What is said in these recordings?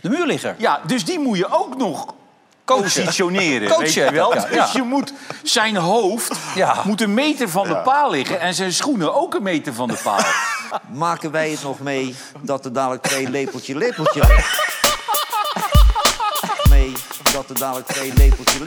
De muurligger. Ja, dus die moet je ook nog positioneren. Coachen, weet je wel? ja. Dus je moet zijn hoofd moet een meter van de paal liggen en zijn schoenen ook een meter van de paal. Maken wij het nog mee dat er dadelijk 2 lepeltje... mee dat er dadelijk 2 lepeltje...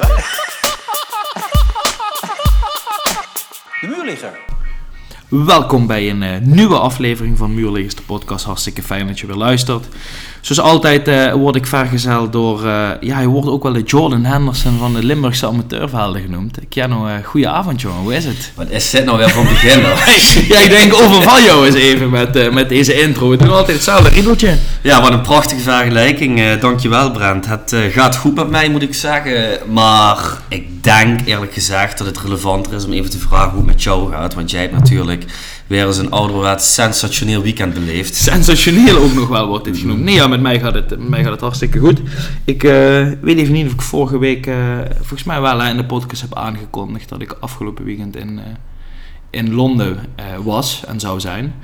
De muurligger. Welkom bij een nieuwe aflevering van Muurliggers, de podcast. Hartstikke fijn dat je weer luistert. Zoals altijd word ik vergezeld door... hij wordt ook wel de Jordan Henderson van de Limburgse amateurvelden genoemd. Keanu, goedenavond jongen, hoe is het? Wat is dit nou weer van beginnen? Ja, ik denk overval jou eens even met deze intro. We doen altijd hetzelfde riedeltje. Ja, wat een prachtige vergelijking. Dankjewel Brent. Het gaat goed met mij, moet ik zeggen. Maar ik denk eerlijk gezegd dat het relevanter is om even te vragen hoe het met jou gaat. Want jij hebt natuurlijk weer eens een ouderwets sensationeel weekend beleefd. Sensationeel ook nog wel wordt dit genoemd. Nee, ja, met mij gaat het hartstikke goed. Ik weet even niet of ik vorige week, volgens mij wel in de podcast heb aangekondigd dat ik afgelopen weekend in Londen was en zou zijn.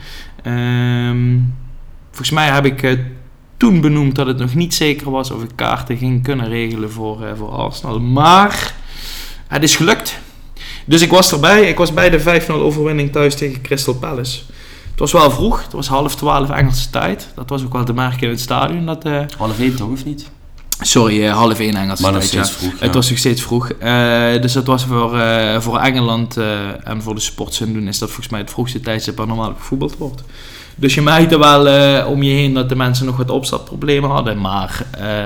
Volgens mij heb ik toen benoemd dat het nog niet zeker was of ik kaarten ging kunnen regelen voor Arsenal. Maar het is gelukt. Dus ik was erbij. Ik was bij de 5-0 overwinning thuis tegen Crystal Palace. Het was wel vroeg. Het was 11:30 Engelse tijd. Dat was ook wel te merken in het stadion. 12:30 toch, of niet? Sorry, 12:30 Engelse maar tijd. Nog steeds vroeg, ja. Het was nog steeds vroeg. Dus dat was voor Engeland en voor de sportzin doen is dat volgens mij het vroegste tijdstip waar normaal gevoetbald wordt. Dus je merkte wel om je heen dat de mensen nog wat opstartproblemen hadden. Maar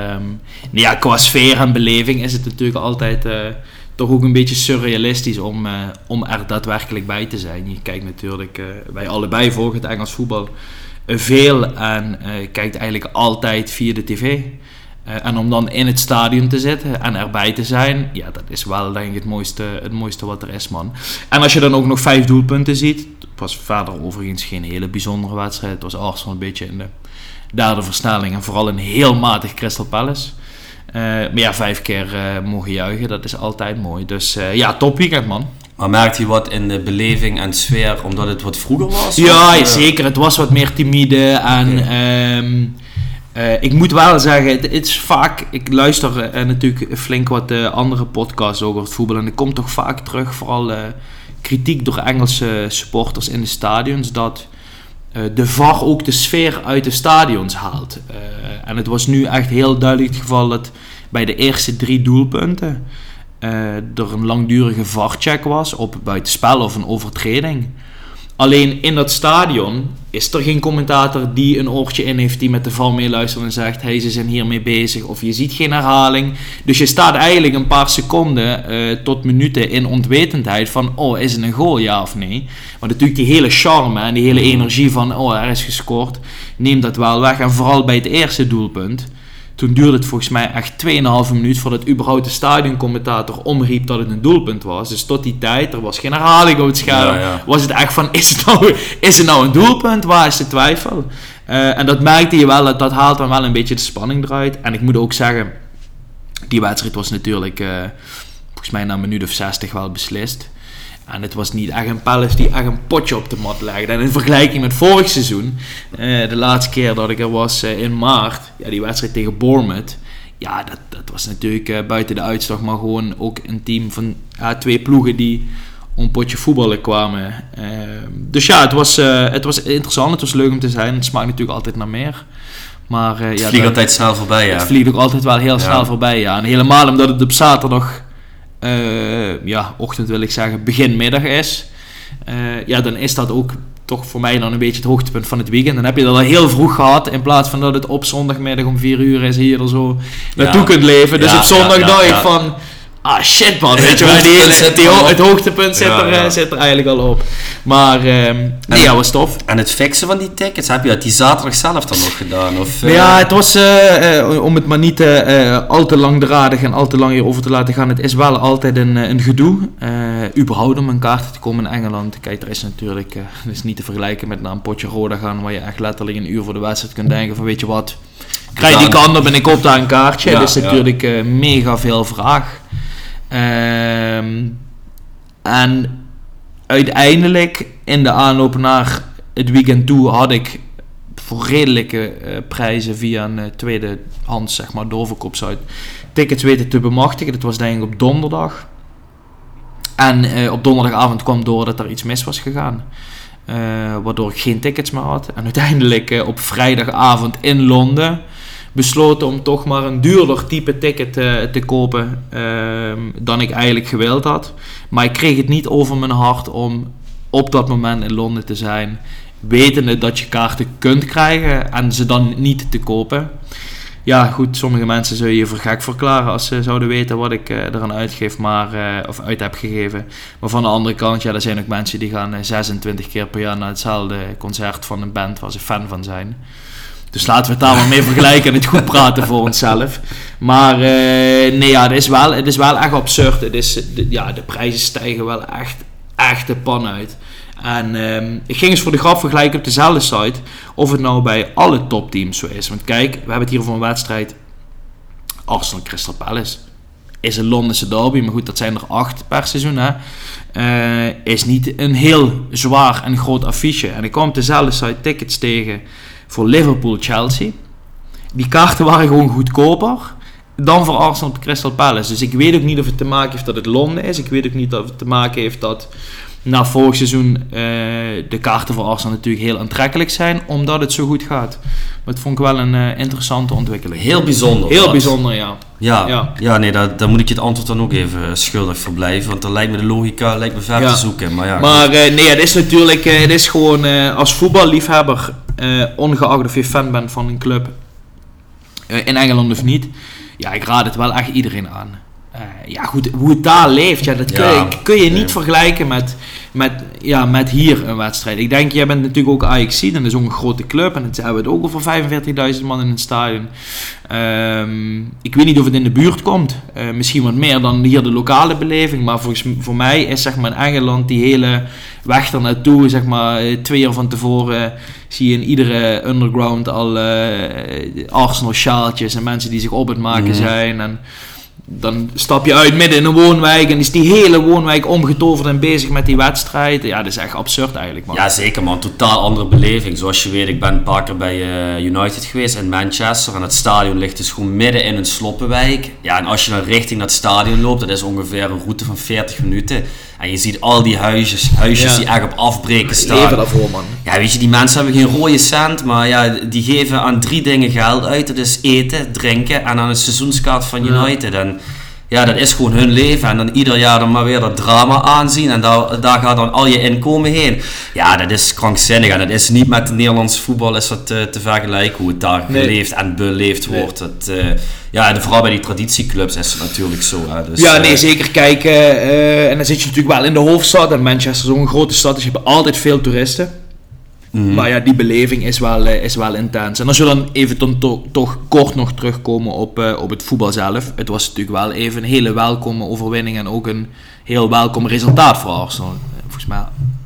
qua sfeer en beleving is het natuurlijk altijd toch ook een beetje surrealistisch om er daadwerkelijk bij te zijn. Je kijkt natuurlijk, wij allebei volgen het Engels voetbal veel en kijkt eigenlijk altijd via de tv. En om dan in het stadion te zitten en erbij te zijn, ja, dat is wel denk ik het mooiste wat er is, man. En als je dan ook nog 5 doelpunten ziet, het was verder overigens geen hele bijzondere wedstrijd. Het was Arsenal een beetje in de derde versnelling en vooral een heel matig Crystal Palace. Maar ja, 5 keer mogen juichen, dat is altijd mooi. Dus top weekend, man. Maar merkte je wat in de beleving en sfeer omdat het wat vroeger was? Ja, zeker. Het was wat meer timide en... ik moet wel zeggen, het is vaak, ik luister natuurlijk flink wat andere podcasts over het voetbal en er komt toch vaak terug, vooral kritiek door Engelse supporters in de stadions, dat de VAR ook de sfeer uit de stadions haalt. En het was nu echt heel duidelijk het geval dat bij de eerste 3 doelpunten er een langdurige VAR-check was op buitenspel of een overtreding. Alleen in dat stadion is er geen commentator die een oortje in heeft die met de VAR meeluistert en zegt hey, ze zijn hiermee bezig, of je ziet geen herhaling. Dus je staat eigenlijk een paar seconden tot minuten in onwetendheid van is het een goal, ja of nee. Maar natuurlijk die hele charme en die hele energie van er is gescoord, neemt dat wel weg. En vooral bij het eerste doelpunt, toen duurde het volgens mij echt 2,5 minuut voordat überhaupt de stadioncommentator omriep dat het een doelpunt was. Dus tot die tijd, er was geen herhaling op het scherm, was het echt van, is het nou een doelpunt? Waar is de twijfel? En dat merkte je wel, dat haalt dan wel een beetje de spanning eruit. En ik moet ook zeggen, die wedstrijd was natuurlijk volgens mij na een minuut of 60 wel beslist. En het was niet echt een Palace die echt een potje op de mat legde. En in vergelijking met vorig seizoen, de laatste keer dat ik er was in maart, die wedstrijd tegen Bournemouth, ja, dat was natuurlijk buiten de uitslag, maar gewoon ook een team van 2 ploegen die om een potje voetballen kwamen. Dus ja, het was interessant, het was leuk om te zijn. Het smaakt natuurlijk altijd naar meer. Maar, het vliegt altijd snel voorbij, ja. Het vliegt ook altijd wel heel snel voorbij, ja. En helemaal omdat het op zaterdag... ochtend wil ik zeggen, beginmiddag is. Dan is dat ook toch voor mij dan een beetje het hoogtepunt van het weekend. Dan heb je dat al heel vroeg gehad, in plaats van dat het op zondagmiddag om 4 uur is hier er zo naartoe kunt leven. Dus op zondag dacht ik van... shit man, weet je wel, het hoogtepunt zit er eigenlijk al op. Maar was tof. En het fixen van die tickets, heb je dat die zaterdag zelf dan nog gedaan? Of, Ja, het was, om het maar niet al te langdradig en al te lang hierover te laten gaan, het is wel altijd een gedoe. Überhaupt om een kaart te komen in Engeland. Kijk, er is natuurlijk, dat is niet te vergelijken met naar een potje Roda gaan, waar je echt letterlijk een uur voor de wedstrijd kunt denken van, weet je wat, krijg die kant op en ik koop daar een kaartje. Dat is natuurlijk mega veel vraag. En uiteindelijk in de aanloop naar het weekend toe had ik voor redelijke prijzen via een tweedehands, zeg maar, doorverkoopsite tickets weten te bemachtigen. Dat was denk ik op donderdag. En op donderdagavond kwam door dat er iets mis was gegaan. Waardoor ik geen tickets meer had. En uiteindelijk op vrijdagavond in Londen besloten om toch maar een duurder type ticket te kopen dan ik eigenlijk gewild had. Maar ik kreeg het niet over mijn hart om op dat moment in Londen te zijn, wetende dat je kaarten kunt krijgen en ze dan niet te kopen. Ja, goed, sommige mensen zullen je voor gek verklaren als ze zouden weten wat ik eraan uitgeef, of uit heb gegeven. Maar van de andere kant, ja, er zijn ook mensen die gaan 26 keer per jaar naar hetzelfde concert van een band waar ze fan van zijn. Dus laten we het daar maar mee vergelijken en het goed praten voor onszelf. Maar nee, ja, het is wel echt absurd. De prijzen stijgen wel echt de pan uit. En ik ging eens voor de grap vergelijken op dezelfde site of het nou bij alle topteams zo is. Want kijk, we hebben het hier over een wedstrijd Arsenal Crystal Palace. Is een Londense derby, maar goed, dat zijn er 8 per seizoen. Hè? Is niet een heel zwaar en groot affiche. En ik kwam op dezelfde site tickets tegen voor Liverpool-Chelsea. Die kaarten waren gewoon goedkoper dan voor Arsenal Crystal Palace. Dus ik weet ook niet of het te maken heeft dat het Londen is. Ik weet ook niet of het te maken heeft dat na vorig seizoen de kaarten voor Arsenal natuurlijk heel aantrekkelijk zijn, omdat het zo goed gaat. Maar dat vond ik wel een interessante ontwikkeling. Heel bijzonder. Heel bijzonder, ja. Ja, nee, daar moet ik je het antwoord dan ook even schuldig voor blijven, want dan lijkt me de logica ver te zoeken. Maar nee, het is natuurlijk, het is gewoon als voetballiefhebber, ongeacht of je fan bent van een club, in Engeland of niet, ja, ik raad het wel echt iedereen aan. Ja goed, hoe het daar leeft, ja, dat kun je niet vergelijken met hier een wedstrijd. Ik denk, jij bent natuurlijk ook Ajax, en dat is ook een grote club en het hebben we het ook over 45.000 man in het stadion. Ik weet niet of het in de buurt komt, misschien wat meer dan hier de lokale beleving, maar voor mij is, zeg maar, in Engeland die hele weg er naartoe, zeg maar 2 jaar van tevoren zie je in iedere underground al Arsenal sjaaltjes en mensen die zich op het maken zijn en dan stap je uit midden in een woonwijk en is die hele woonwijk omgetoverd en bezig met die wedstrijd. Ja, dat is echt absurd eigenlijk, man. Ja, zeker, man. Totaal andere beleving. Zoals je weet, ik ben een paar keer bij United geweest in Manchester en het stadion ligt dus gewoon midden in een sloppenwijk. Ja, en als je dan richting dat stadion loopt, dat is ongeveer een route van 40 minuten. En je ziet al die huisjes die echt op afbreken staan. Leven daarvoor, man. Ja, weet je, die mensen hebben geen rode cent, maar ja, die geven aan 3 dingen geld uit. Dat is eten, drinken en aan een seizoenskaart van United. En ja, dat is gewoon hun leven. En dan ieder jaar dan maar weer dat drama aanzien. En daar gaat dan al je inkomen heen. Ja, dat is krankzinnig. En dat is niet met het Nederlandse voetbal is dat te vergelijken hoe het daar geleefd en beleefd wordt. En vooral bij die traditieclubs is het natuurlijk zo. Hè. Dus, ja, nee, zeker. Kijk, en dan zit je natuurlijk wel in de hoofdstad. En Manchester is ook een grote stad, dus je hebt altijd veel toeristen. Maar ja, die beleving is wel intens. En als we dan even toch kort nog terugkomen op het voetbal zelf. Het was natuurlijk wel even een hele welkome overwinning en ook een heel welkom resultaat voor Arsenal. Volgens mij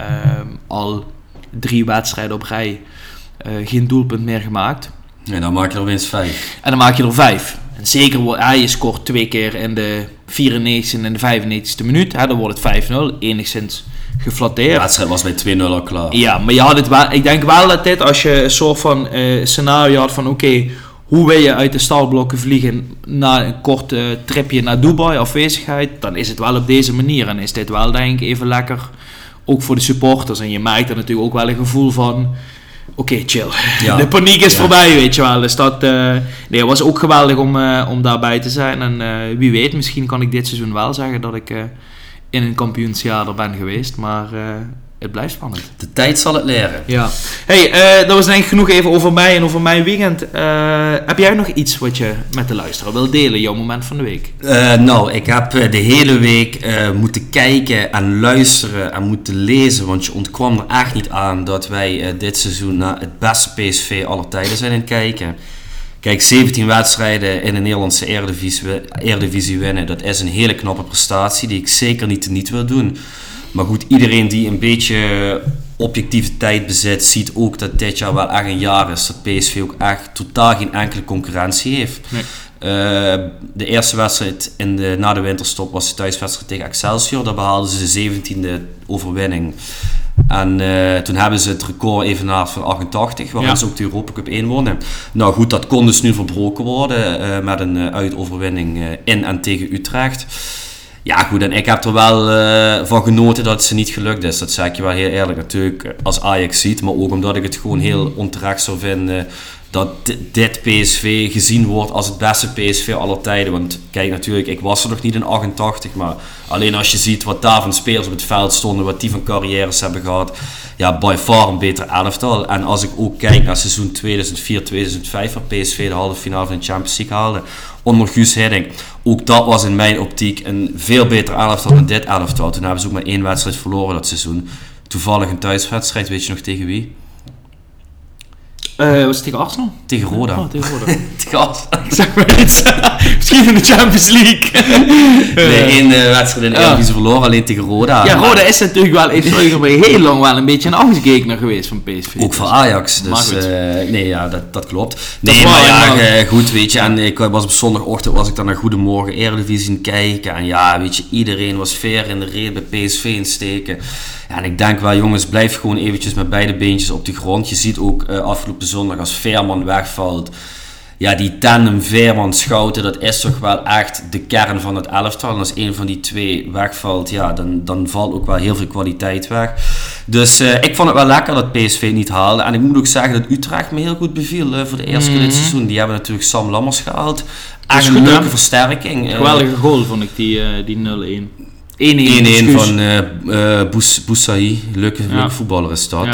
al 3 wedstrijden op rij geen doelpunt meer gemaakt. En dan maak je er opeens 5. En dan maak je er 5. En zeker, je scoort 2 keer in de 94e en de 95e minuut. Dan wordt het 5-0, enigszins geflatteerd. De wedstrijd was bij 2-0 al klaar. Ja, maar je had het wel, ik denk wel dat dit, als je een soort van scenario had van oké, hoe wil je uit de startblokken vliegen na een kort tripje naar Dubai, afwezigheid, dan is het wel op deze manier. En is dit wel, denk ik, even lekker, ook voor de supporters. En je maakt er natuurlijk ook wel een gevoel van, oké, chill. Ja. De paniek is voorbij, weet je wel. Dus dat het was ook geweldig om daarbij te zijn. En wie weet, misschien kan ik dit seizoen wel zeggen dat ik in een kampioensjaar er ben geweest. Maar het blijft spannend. De tijd zal het leren. Ja. Hey, dat was denk ik genoeg even over mij en over mijn weekend. Heb jij nog iets wat je met de luisteraar wil delen, jouw moment van de week? Nou, ik heb de hele week moeten kijken en luisteren en moeten lezen, want je ontkwam er echt niet aan dat wij dit seizoen naar het beste PSV aller tijden zijn in het kijken. Kijk, 17 wedstrijden in de Nederlandse Eredivisie winnen, dat is een hele knappe prestatie die ik zeker niet teniet wil doen. Maar goed, iedereen die een beetje objectiviteit bezit, ziet ook dat dit jaar wel echt een jaar is dat PSV ook echt totaal geen enkele concurrentie heeft. Nee. De eerste wedstrijd na de winterstop was de thuiswedstrijd tegen Excelsior. Daar behaalden ze de 17e overwinning. En toen hebben ze het record evenaard van 88, waarin ze ook de Europa Cup 1 wonnen. Nou goed, dat kon dus nu verbroken worden met een uitoverwinning in en tegen Utrecht. Ja goed, en ik heb er wel van genoten dat het ze niet gelukt is. Dat zeg ik je wel heel eerlijk natuurlijk als Ajax ziet. Maar ook omdat ik het gewoon heel onterecht zou vinden dat dit PSV gezien wordt als het beste PSV aller tijden. Want kijk natuurlijk, ik was er nog niet in 88. Maar alleen als je ziet wat daar van spelers op het veld stonden, wat die van carrières hebben gehad. Ja, by far een beter elftal. En als ik ook kijk naar seizoen 2004-2005, waar PSV de halve finale van de Champions League haalde. Onder Guus Hiddink. Ook dat was in mijn optiek een veel beter elftal dan dit elftal. Toen hebben ze ook maar 1 wedstrijd verloren dat seizoen. Toevallig een thuiswedstrijd, weet je nog tegen wie? Was het tegen Arsenal? Tegen Roda. Oh, tegen Roda. Tegen Arsenal. Ik zeg maar iets. Misschien in de Champions League. Nee, 1 wedstrijd in de Eredivisie verloren, alleen tegen Roda. Ja, Roda is natuurlijk wel heel lang wel een beetje een angstgegner geweest van PSV. Ook voor Ajax. Dus nee, ja, dat klopt. Nee, dat maar ja, goed, weet je. En ik was op zondagochtend dan naar Goedemorgen Eredivisie aan kijken. En ja, weet je, iedereen was ver in de reden bij PSV insteken. Ja, en ik denk wel, jongens, blijf gewoon eventjes met beide beentjes op de grond. Je ziet ook afgelopen zondag als Veerman wegvalt. Ja, die tandem Veerman-Schouten, dat is toch wel echt de kern van het elftal. En als een van die 2 wegvalt, ja, dan valt ook wel heel veel kwaliteit weg. Dus ik vond het wel lekker dat PSV niet haalde. En ik moet ook zeggen dat Utrecht me heel goed beviel voor de eerste keer dit seizoen. Die hebben natuurlijk Sam Lammers gehaald. Echt een leuke versterking. Geweldige goal vond ik, die 0-1. 1-1 van Boussaï, leuke voetballer is dat.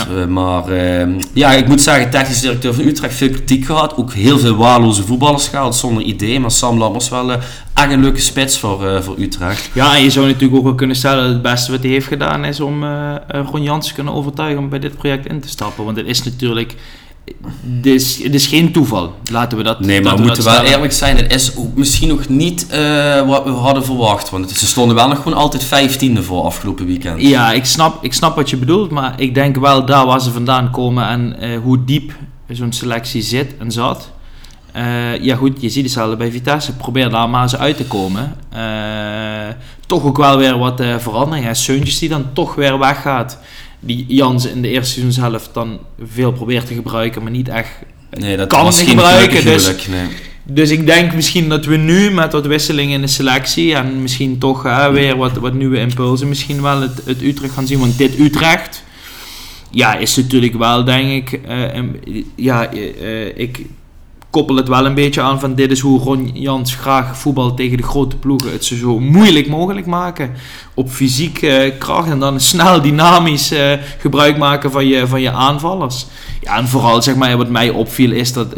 Ja. Ik moet zeggen, technisch directeur van Utrecht veel kritiek gehad. Ook heel veel waardeloze voetballers gehaald zonder idee. Maar Sam Lammers wel echt een leuke spits voor Utrecht. Ja, en je zou natuurlijk ook wel kunnen stellen dat het beste wat hij heeft gedaan is om Ron Jans te kunnen overtuigen om bij dit project in te stappen. Want het is natuurlijk... Het is geen toeval, laten we dat. Nee, maar we moeten wel eerlijk zijn, het is ook misschien nog niet wat we hadden verwacht. Want ze stonden wel nog gewoon altijd 15e voor afgelopen weekend. Ja, ik snap wat je bedoelt, maar ik denk wel daar waar ze vandaan komen en hoe diep zo'n selectie zit en zat. Ja goed, je ziet hetzelfde bij Vitesse. Probeer daar maar eens uit te komen. Toch ook wel weer wat veranderingen. Seuntjes die dan toch weer weggaat. Die Jans in de eerste seizoenshelft dan veel probeert te gebruiken, maar niet echt dat kan gebruiken. Nee. Dus ik denk misschien dat we nu met wat wisselingen in de selectie en misschien toch weer wat nieuwe impulsen misschien wel het Utrecht gaan zien. Want dit Utrecht is natuurlijk wel, denk ik, ik koppel het wel een beetje aan van dit is hoe Ron Jans graag voetbal tegen de grote ploegen het zo moeilijk mogelijk maken. Op fysiek kracht en dan snel dynamisch gebruik maken van je aanvallers. Ja, en vooral zeg maar wat mij opviel is dat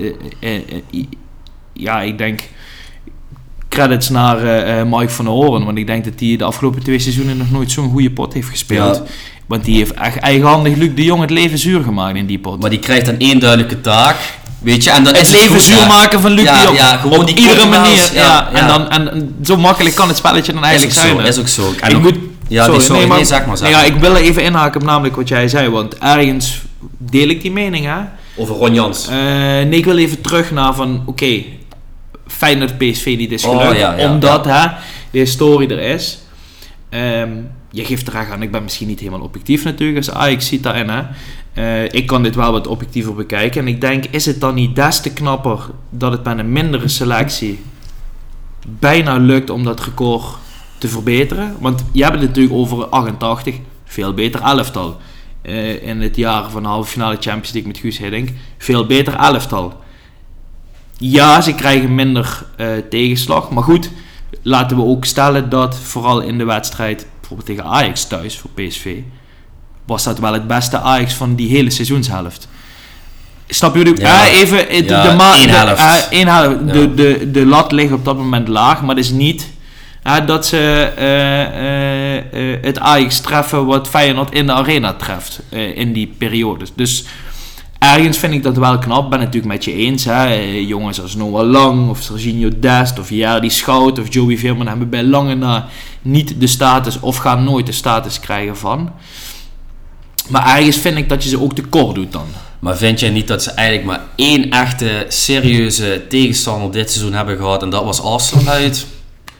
ik denk credits naar Mike van der Hoorn, want ik denk dat hij de afgelopen 2 seizoenen nog nooit zo'n goede pot heeft gespeeld. Ja. Want die heeft echt eigenhandig Luc de Jong het leven zuur gemaakt in die pot. Maar die krijgt dan 1 duidelijke taak. Weet je, en dat het leven zuur maken van Luc de Jong. Ja, gewoon op iedere manier. En zo makkelijk kan het spelletje dan eigenlijk zijn. Is ook zo. Ik wil er even inhaken op namelijk wat jij zei. Want ergens deel ik die mening. Hè? Over Ron Jans. Nee, ik wil even terug naar van... Oké, fijn dat PSV niet is gelukt. Omdat de historie er is. Je geeft er aan. Ik ben misschien niet helemaal objectief natuurlijk. Dus Ajax ziet daarin. Hè? Ik kan dit wel wat objectiever bekijken. En ik denk, is het dan niet des te knapper dat het met een mindere selectie bijna lukt om dat record te verbeteren? Want je hebt het natuurlijk over 88, veel beter elftal. In het jaar van de halve finale Champions League met Guus Hiddink, veel beter elftal. Ja, ze krijgen minder tegenslag. Maar goed, laten we ook stellen dat vooral in de wedstrijd, bijvoorbeeld tegen Ajax thuis voor PSV, was dat wel het beste Ajax van die hele seizoenshelft. Snap je? De lat ligt op dat moment laag, maar het is niet dat ze het Ajax treffen wat Feyenoord in de arena treft in die periodes. Dus ergens vind ik dat wel knap. Ben het natuurlijk met je eens. Jongens als Noah Lang of Serginho Dest of Jerdy Schout of Joey Veerman hebben bij lange na niet de status of gaan nooit de status krijgen van. Maar ergens vind ik dat je ze ook tekort doet dan. Maar vind jij niet dat ze eigenlijk maar 1 echte serieuze tegenstander dit seizoen hebben gehad en dat was Arsenal uit?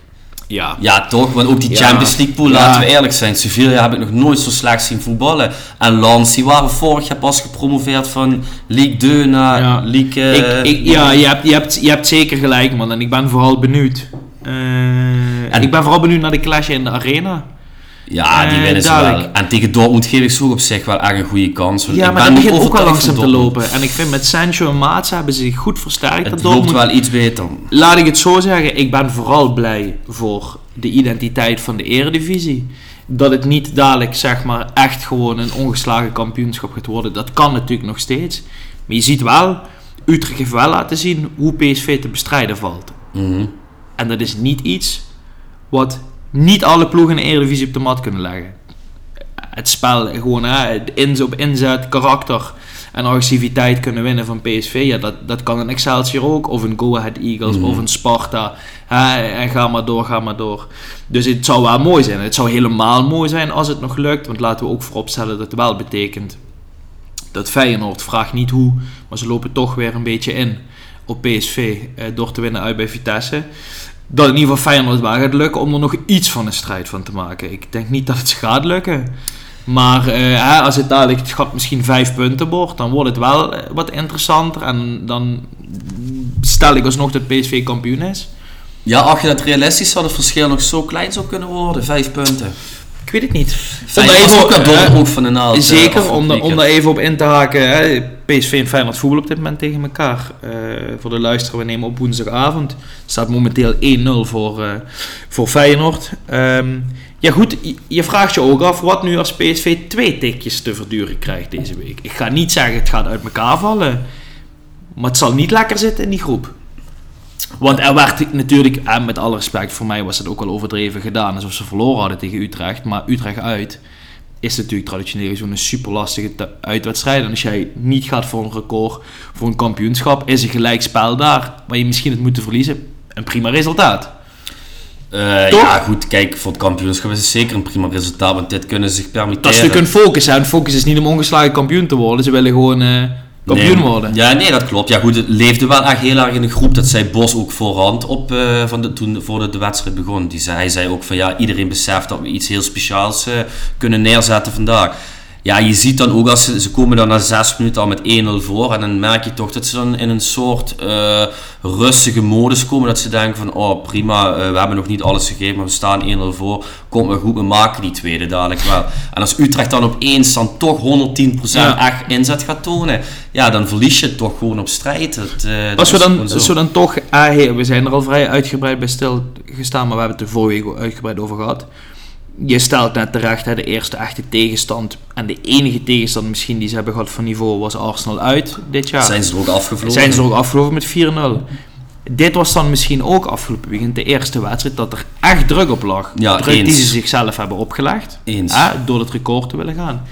Ja, toch? Want ook die Champions League pool, laten we eerlijk zijn. Sevilla heb ik nog nooit zo slecht zien voetballen. En Lens, die waren vorig jaar pas gepromoveerd van Ligue 2 naar Ligue... Je hebt zeker gelijk, man. En ik ben vooral benieuwd. Ik ben vooral benieuwd naar de clash in de arena. Ja, die winnen ze wel. En tegen Dortmund geef ik zo op zich wel echt een goede kans. Ja, maar dat begint ook wel langzaam te lopen. En ik vind met Sancho en Maatsen hebben ze zich goed versterkt. Het loopt wel iets beter. Laat ik het zo zeggen, ik ben vooral blij voor de identiteit van de Eredivisie. Dat het niet dadelijk, zeg maar, echt gewoon een ongeslagen kampioenschap gaat worden. Dat kan natuurlijk nog steeds. Maar je ziet wel, Utrecht heeft wel laten zien hoe PSV te bestrijden valt. Mm-hmm. En dat is niet iets wat niet alle ploegen in de Eredivisie op de mat kunnen leggen. Het spel, gewoon op inzet, karakter en agressiviteit kunnen winnen van PSV. Ja, dat kan een Excelsior ook, of een Go Ahead Eagles, of een Sparta. En ga maar door. Dus het zou wel mooi zijn. Het zou helemaal mooi zijn als het nog lukt. Want laten we ook vooropstellen dat het wel betekent dat Feyenoord, vraagt niet hoe, maar ze lopen toch weer een beetje in op PSV door te winnen uit bij Vitesse. Dat in ieder geval Feyenoord wel gaat lukken om er nog iets van een strijd van te maken. Ik denk niet dat het gaat lukken. Maar als het dadelijk het gat misschien 5 punten wordt, dan wordt het wel wat interessanter. En dan stel ik alsnog dat PSV kampioen is. Ja, als je dat realistisch zou, het verschil nog zo klein zou kunnen worden. 5 punten. Ik weet het niet. Zeker, om daar even op in te haken. PSV en Feyenoord voetbal op dit moment tegen elkaar. Voor de luisteraar, we nemen op woensdagavond. Het staat momenteel 1-0 voor Feyenoord. Ja goed, je vraagt je ook af wat nu als PSV 2 tikjes te verduren krijgt deze week. Ik ga niet zeggen het gaat uit elkaar vallen. Maar het zal niet lekker zitten in die groep. Want er werd natuurlijk, en met alle respect, voor mij was het ook al overdreven gedaan, alsof ze verloren hadden tegen Utrecht. Maar Utrecht uit is natuurlijk traditioneel zo'n super lastige uitwedstrijd. En als jij niet gaat voor een record, voor een kampioenschap, is een gelijkspel daar, waar je misschien het moet verliezen. Een prima resultaat. Ja goed, kijk, voor het kampioenschap is het zeker een prima resultaat, want dit kunnen ze zich permitteren. Dat is natuurlijk een focus, en focus is niet om ongeslagen kampioen te worden. Ze willen gewoon kampioen worden. Ja, nee, dat klopt. Ja goed, het leefde wel echt heel erg in de groep. Dat zei Bos ook voorhand toen voor de wedstrijd begon. Hij zei ook van ja, iedereen beseft dat we iets heel speciaals kunnen neerzetten vandaag. Ja, je ziet dan ook als ze komen dan na 6 minuten al met 1-0 voor. En dan merk je toch dat ze dan in een soort rustige modus komen. Dat ze denken van, oh prima, we hebben nog niet alles gegeven, maar we staan 1-0 voor. Komt maar goed, we maken die tweede dadelijk wel. En als Utrecht dan opeens dan toch 110% echt inzet gaat tonen, ja, dan verlies je het toch gewoon op strijd. Als we dan toch, we zijn er al vrij uitgebreid bij stilgestaan, maar we hebben het er vorige week uitgebreid over gehad. Je stelt net terecht, de eerste echte tegenstand en de enige tegenstand misschien die ze hebben gehad van niveau was Arsenal uit dit jaar. Zijn ze er ook afgevlogen? Met 4-0. Dit was dan misschien ook afgelopen weekend de eerste wedstrijd dat er echt druk op lag. Ja, druk die ze zichzelf hebben opgelegd. Door het record te willen gaan.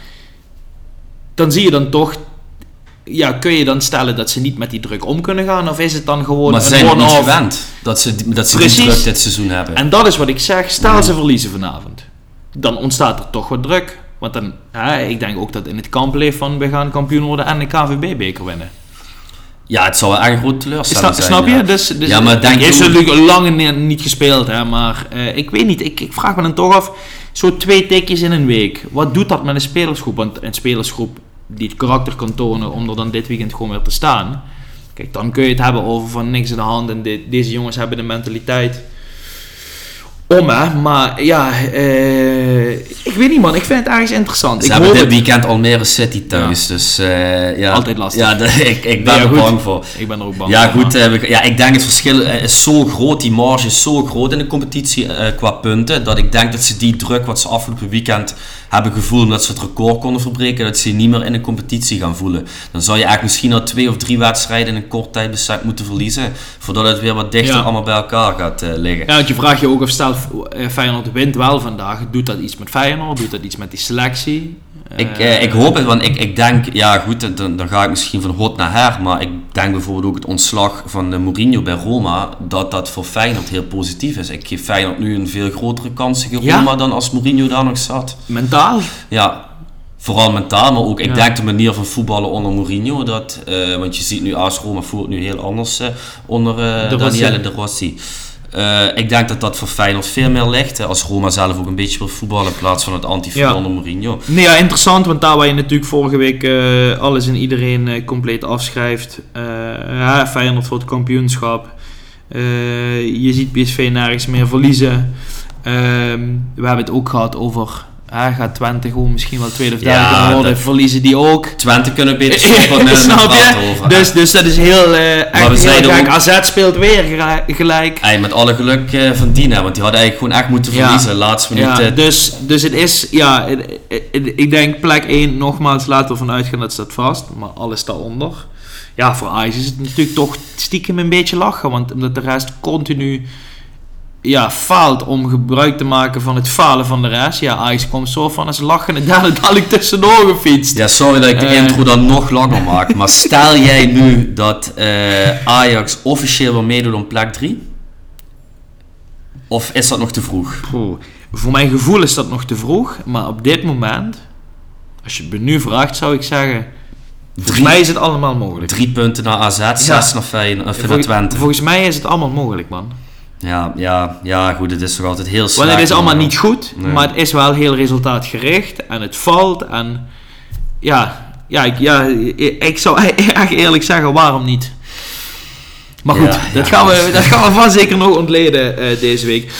Dan zie je dan toch, ja, kun je dan stellen dat ze niet met die druk om kunnen gaan? Of is het dan gewoon maar een zijn niet gewend dat ze die druk dit seizoen hebben? En dat is wat ik zeg, stel ze verliezen vanavond. Dan ontstaat er toch wat druk. Want dan, ik denk ook dat in het kamp leeft van we gaan kampioen worden en de KNVB-beker winnen. Ja, het zal wel echt een grote teleurstelling zijn. Snap je? Dus ja, maar denk is natuurlijk lang niet gespeeld. Maar ik weet niet, ik vraag me dan toch af, zo 2 tikjes in een week. Wat doet dat met een spelersgroep? Want een spelersgroep die het karakter kan tonen om er dan dit weekend gewoon weer te staan. Kijk, dan kun je het hebben over van niks in de hand en deze jongens hebben de mentaliteit om, maar ja, ik weet niet man, ik vind het ergens interessant. Ze hebben dit weekend Almere City thuis, dus ja. Altijd lastig. Ja, ik ben er bang voor. Ik ben er ook bang voor. Ja, ik denk het verschil is zo groot, die marge is zo groot in de competitie qua punten, dat ik denk dat ze die druk wat ze afgelopen weekend hebben gevoeld omdat ze het record konden verbreken, dat ze niet meer in de competitie gaan voelen. Dan zou je eigenlijk misschien al 2 of 3 wedstrijden in een kort tijdbestek moeten verliezen, voordat het weer wat dichter allemaal bij elkaar gaat liggen. Ja, want je vraagt je ook of stel Feyenoord wint wel vandaag, doet dat iets met Feyenoord, doet dat iets met die selectie? Ik hoop het, want ik denk, ja goed, dan ga ik misschien van hot naar her, maar ik denk bijvoorbeeld ook het ontslag van Mourinho bij Roma, dat voor Feyenoord heel positief is. Ik geef Feyenoord nu een veel grotere kans tegen Roma dan als Mourinho daar nog zat. Mentaal? Ja, vooral mentaal, maar ook ik denk de manier van voetballen onder Mourinho, want je ziet nu AS Roma voert nu heel anders onder Daniele De Rossi. Ik denk dat voor Feyenoord veel meer ligt. Als Roma zelf ook een beetje wil voetballen in plaats van het anti-voetbal onder Mourinho. Nee, ja, interessant, want daar waar je natuurlijk vorige week alles en iedereen compleet afschrijft. Feyenoord voor het kampioenschap. Je ziet PSV nergens meer verliezen. We hebben het ook gehad over... gaat Twente gewoon misschien wel tweede of derde kunnen worden, verliezen die ook. Twente kunnen beter snap je? Over. Dus dat is heel gek. AZ speelt weer gelijk. Met alle geluk van Dina, want die hadden eigenlijk gewoon echt moeten verliezen. Laatste minuut. Ja, dus het is, ik denk plek 1, nogmaals, laten we vanuit gaan dat staat vast, maar alles daaronder. Ja, voor Ajax is het natuurlijk toch stiekem een beetje lachen, want omdat de rest continu... faalt om gebruik te maken van het falen van de rest. Ja, Ajax komt zo van als lachen en dadelijk tussendoor gefietst. Ja, sorry dat ik de intro dan nog langer maak. Maar stel jij nu dat Ajax officieel wil meedoen om plek 3? Of is dat nog te vroeg? Voor mijn gevoel is dat nog te vroeg. Maar op dit moment, als je het me nu vraagt, zou ik zeggen... Volgens mij is het allemaal mogelijk. 3 punten naar AZ, 6 naar Feyenoord, naar Twente. Volgens mij is het allemaal mogelijk, man. Ja, goed, het is toch altijd heel slecht. Want het is allemaal niet goed, maar het is wel heel resultaatgericht en het valt en ik zou echt eerlijk zeggen, waarom niet? Maar goed, dat gaan we vast zeker nog ontleden deze week.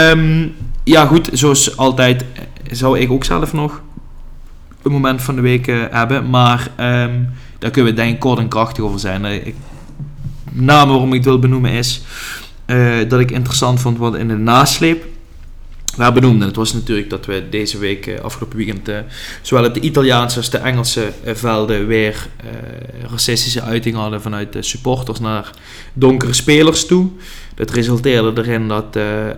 Goed, zoals altijd zou ik ook zelf nog een moment van de week hebben, maar daar kunnen we denk ik kort en krachtig over zijn. De naam waarom ik het wil benoemen is... dat ik interessant vond wat in de nasleep we benoemden. Het was natuurlijk dat we deze week, afgelopen weekend, zowel op de Italiaanse als de Engelse velden weer racistische uitingen hadden vanuit de supporters naar donkere spelers toe. Dat resulteerde erin dat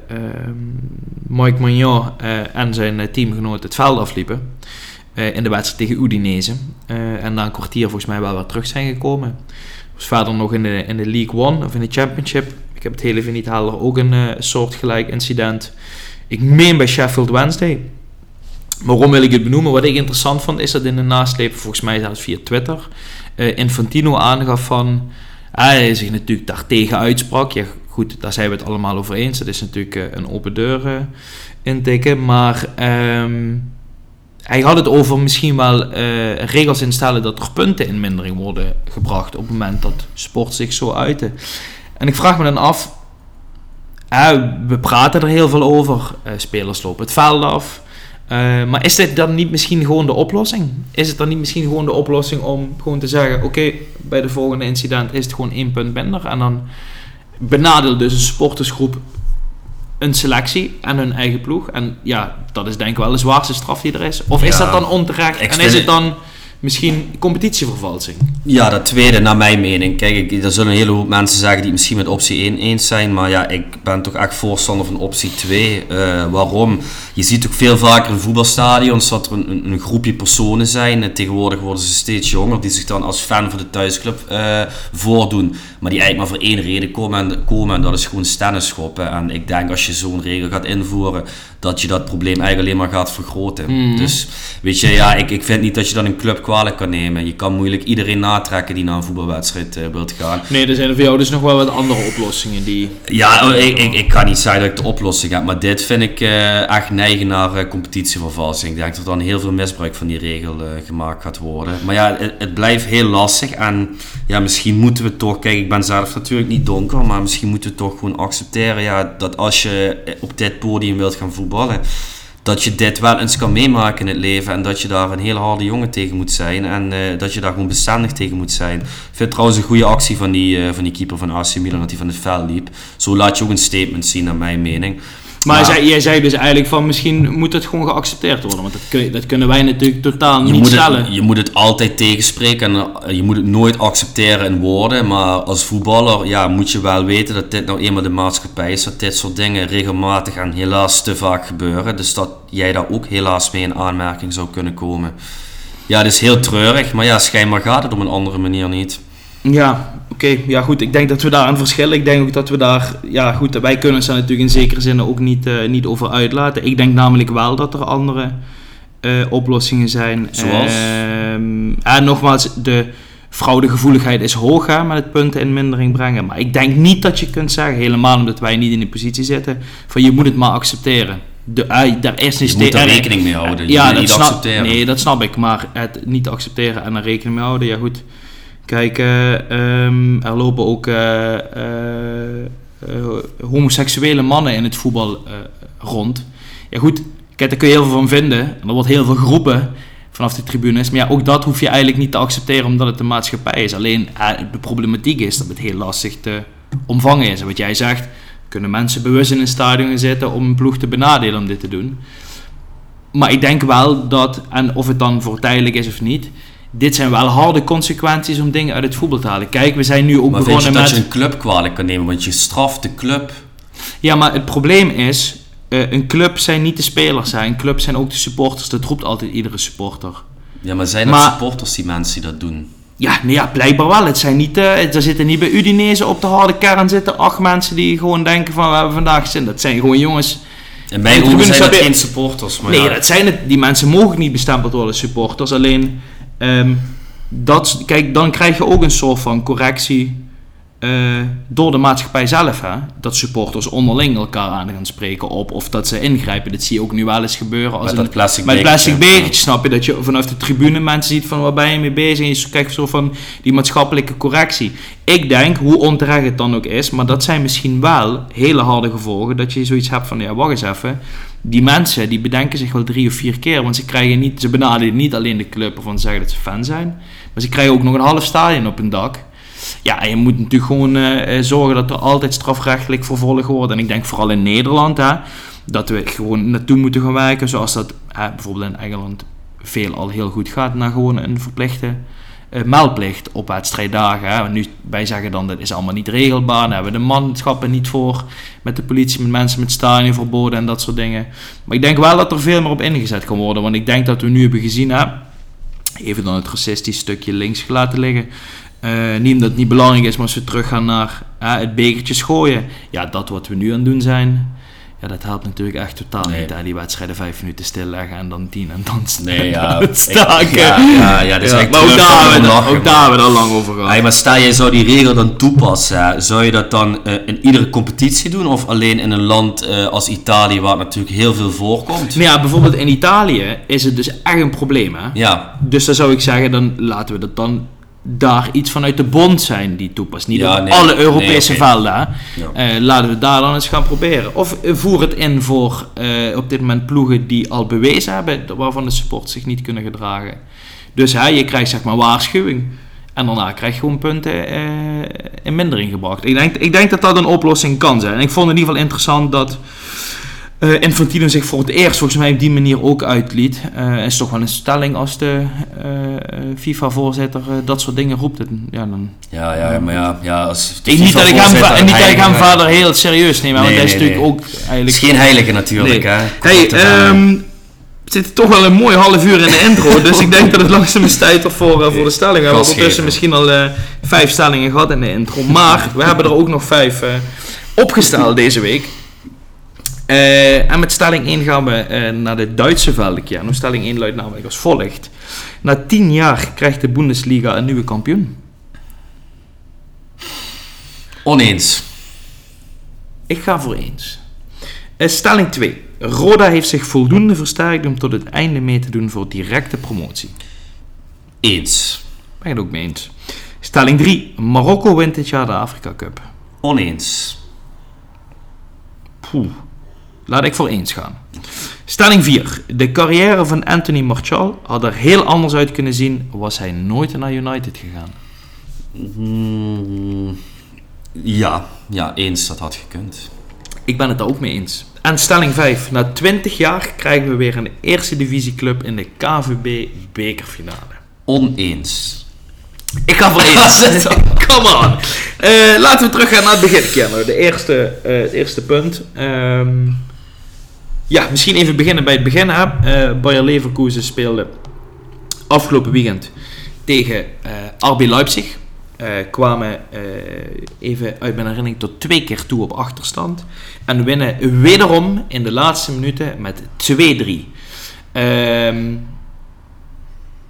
Mike Maignan en zijn teamgenoot het veld afliepen in de wedstrijd tegen Udinese. En na een kwartier volgens mij wel weer terug zijn gekomen. Was verder nog in de League One of in de Championship. Ik heb het heel even niet helder. Ook een soortgelijk incident. Ik meen bij Sheffield Wednesday. Waarom wil ik het benoemen? Wat ik interessant vond is dat in de nasleep, volgens mij zelfs via Twitter, Infantino aangaf van... hij zich natuurlijk daartegen uitsprak. Ja goed, daar zijn we het allemaal over eens. Dat is natuurlijk een open deur intikken. Maar hij had het over misschien wel regels instellen dat er punten in mindering worden gebracht op het moment dat sport zich zo uiten. En ik vraag me dan af, we praten er heel veel over, spelers lopen het veld af, maar is dit dan niet misschien gewoon de oplossing? Is het dan niet misschien gewoon de oplossing om gewoon te zeggen, oké, bij de volgende incident is het gewoon 1 punt minder en dan benadeelt dus een supportersgroep een selectie en hun eigen ploeg. En ja, dat is denk ik wel de zwaarste straf die er is. Of is dat dan onterecht? En is het dan misschien competitievervalsing? Ja, dat tweede, naar mijn mening. Kijk, er zullen een hele hoop mensen zeggen die het misschien met optie 1 eens zijn. Maar ja, ik ben toch echt voorstander van optie 2. Waarom? Je ziet ook veel vaker in voetbalstadions dat er een groepje personen zijn. Tegenwoordig worden ze steeds jonger. Die zich dan als fan van de thuisclub voordoen. Maar die eigenlijk maar voor 1 reden komen. En dat is gewoon stennis schoppen. En ik denk als je zo'n regel gaat invoeren, dat je dat probleem eigenlijk alleen maar gaat vergroten. Mm. Dus weet je, ja, ik vind niet dat je dan een club kwalijk kan nemen. Je kan moeilijk iedereen natrekken die naar een voetbalwedstrijd wilt gaan. Nee, er zijn voor jou dus nog wel wat andere oplossingen die... Ja, ik kan niet zeggen dat ik de oplossing heb, maar dit vind ik echt neigen naar competitievervalsing. Ik denk dat er dan heel veel misbruik van die regel gemaakt gaat worden. Maar ja, het blijft heel lastig en ja, misschien moeten we toch, kijk, ik ben zelf natuurlijk niet donker, maar misschien moeten we toch gewoon accepteren, ja, dat als je op dit podium wilt gaan voetballen, dat je dit wel eens kan meemaken in het leven en dat je daar een hele harde jongen tegen moet zijn en dat je daar gewoon bestendig tegen moet zijn. Ik vind het trouwens een goede actie van die keeper van AC Milan dat hij van het veld liep. Zo laat je ook een statement zien naar mijn mening. Maar jij zei dus eigenlijk van misschien moet het gewoon geaccepteerd worden, want dat kunnen wij natuurlijk totaal niet stellen. Je moet het altijd tegenspreken en je moet het nooit accepteren in woorden, maar als voetballer ja, moet je wel weten dat dit nou eenmaal de maatschappij is, dat dit soort dingen regelmatig en helaas te vaak gebeuren, dus dat jij daar ook helaas mee in aanmerking zou kunnen komen. Ja, het is heel treurig, maar ja, schijnbaar gaat het op een andere manier niet. Ja, oké. Ja, goed. Ik denk dat we daar aan verschillen. Ik denk ook dat we daar... Ja, goed. Wij kunnen ons daar natuurlijk in zekere zin ook niet over uitlaten. Ik denk namelijk wel dat er andere oplossingen zijn. Zoals? En nogmaals, Fraudegevoeligheid is hoog, hè, met het punten in mindering brengen. Maar ik denk niet dat je kunt zeggen, helemaal omdat wij niet in die positie zitten, van je moet het maar accepteren. Daar is je moet er rekening mee houden. Je moet niet accepteren. Nee, dat snap ik. Maar het niet accepteren en er rekening mee houden, ja goed. Kijk, er lopen ook homoseksuele mannen in het voetbal rond. Ja goed, kijk, daar kun je heel veel van vinden. En er wordt heel veel geroepen vanaf de tribunes. Maar ja, ook dat hoef je eigenlijk niet te accepteren omdat het de maatschappij is. Alleen de problematiek is dat het heel lastig te omvangen is. En wat jij zegt, kunnen mensen bewust in een stadion zitten om een ploeg te benadelen om dit te doen. Maar ik denk wel dat, en of het dan voor tijdelijk is of niet, dit zijn wel harde consequenties om dingen uit het voetbal te halen. Kijk, we zijn nu ook begonnen met... Maar vind je dat je een club kwalijk kan nemen, want je straft de club? Ja, maar het probleem is, een club zijn niet de spelers, hè. Een club zijn ook de supporters. Dat roept altijd iedere supporter. Ja, maar zijn het supporters die mensen die dat doen? Ja, blijkbaar wel. Het zijn niet, er zitten niet bij Udinese op de harde kern zitten 8 mensen die gewoon denken van we hebben vandaag zin. Dat zijn gewoon jongens... En bij ons zijn dat geen supporters. Maar nee, dat zijn het. Die mensen mogen niet bestempeld worden als supporters. Alleen, kijk, dan krijg je ook een soort van correctie door de maatschappij zelf. Hè? Dat supporters onderling elkaar aan gaan spreken op. Of dat ze ingrijpen. Dat zie je ook nu wel eens gebeuren. Als met plastic bekertje, snap je? Dat je vanaf de tribune mensen ziet van waar ben je mee bezig. En je krijgt zo van die maatschappelijke correctie. Ik denk, hoe onterecht het dan ook is, maar dat zijn misschien wel hele harde gevolgen. Dat je zoiets hebt van, ja, wacht eens even. Die mensen, die bedenken zich wel 3 of 4 keer. Want ze benadelen niet alleen de club waarvan ze zeggen dat ze fan zijn. Maar ze krijgen ook nog een half stadion op hun dak. Ja, en je moet natuurlijk gewoon zorgen dat er altijd strafrechtelijk vervolgen wordt. En ik denk vooral in Nederland, hè, dat we gewoon naartoe moeten gaan werken. Zoals dat bijvoorbeeld in Engeland veelal heel goed gaat. Naar gewoon een verplichte meldplicht op wedstrijddagen. Hè. Nu, wij zeggen dan dat is allemaal niet regelbaar. Daar hebben we de manschappen niet voor. Met de politie, met mensen met stadionverboden en dat soort dingen. Maar ik denk wel dat er veel meer op ingezet kan worden. Want ik denk dat we nu hebben gezien, even dan het racistisch stukje links laten liggen. Niet omdat het niet belangrijk is, maar als we teruggaan naar het bekertje gooien. Ja, dat wat we nu aan het doen zijn, ja, dat helpt natuurlijk echt totaal niet. Hè? Die wedstrijden 5 minuten stilleggen en dan 10 en dan staken. Ja, dat is echt maar ook daar hebben we al lang over gehad. Hey, maar stel je zou die regel dan toepassen, zou je dat dan in iedere competitie doen of alleen in een land als Italië waar het natuurlijk heel veel voorkomt? Nou ja, bijvoorbeeld in Italië is het dus echt een probleem. Hè? Ja. Dus dan zou ik zeggen, dan laten we dat dan daar iets vanuit de bond zijn die toepast. Niet alle Europese velden. Ja. Laten we daar dan eens gaan proberen. Of voer het in voor op dit moment ploegen die al bewezen hebben waarvan de supporters zich niet kunnen gedragen. Dus je krijgt zeg maar waarschuwing. En daarna krijg je gewoon punten in mindering gebracht. Ik denk dat dat een oplossing kan zijn. En ik vond het in ieder geval interessant dat Infantino zich voor het eerst volgens mij op die manier ook uitliet. Is toch wel een stelling als de FIFA-voorzitter dat soort dingen roept. Dan, als de niet dat ik hem verder heel serieus neem, want hij is natuurlijk ook eigenlijk... Het is geen heilige natuurlijk. Nee. We zitten toch wel een mooi half uur in de intro, dus ik denk dat het langzaam is tijd voor de stelling. We hebben ondertussen misschien al 5 stellingen gehad in de intro, maar we hebben er ook nog 5 opgesteld deze week. En met stelling 1 gaan we naar de Duitse velden. Nou, stelling 1 luidt namelijk als volgt. Na 10 jaar krijgt de Bundesliga een nieuwe kampioen. Oneens. Ik ga voor eens. Stelling 2. Roda heeft zich voldoende versterkt om tot het einde mee te doen voor directe promotie. Eens. Ben je het ook mee eens? Stelling 3. Marokko wint dit jaar de Afrika Cup. Oneens. Laat ik voor eens gaan. Stelling 4. De carrière van Anthony Martial had er heel anders uit kunnen zien, was hij nooit naar United gegaan. Ja, eens, dat had gekund. Ik ben het daar ook mee eens. En stelling 5. Na 20 jaar krijgen we weer een eerste divisieclub in de KVB bekerfinale. Oneens. Ik ga voor eens. Come on. Laten we teruggaan naar het begin, Kenner. Het eerste punt. Misschien even beginnen bij het begin. Bayer Leverkusen speelde afgelopen weekend tegen RB Leipzig. Kwamen even uit mijn herinnering tot 2 keer toe op achterstand. En winnen wederom in de laatste minuten met 2-3.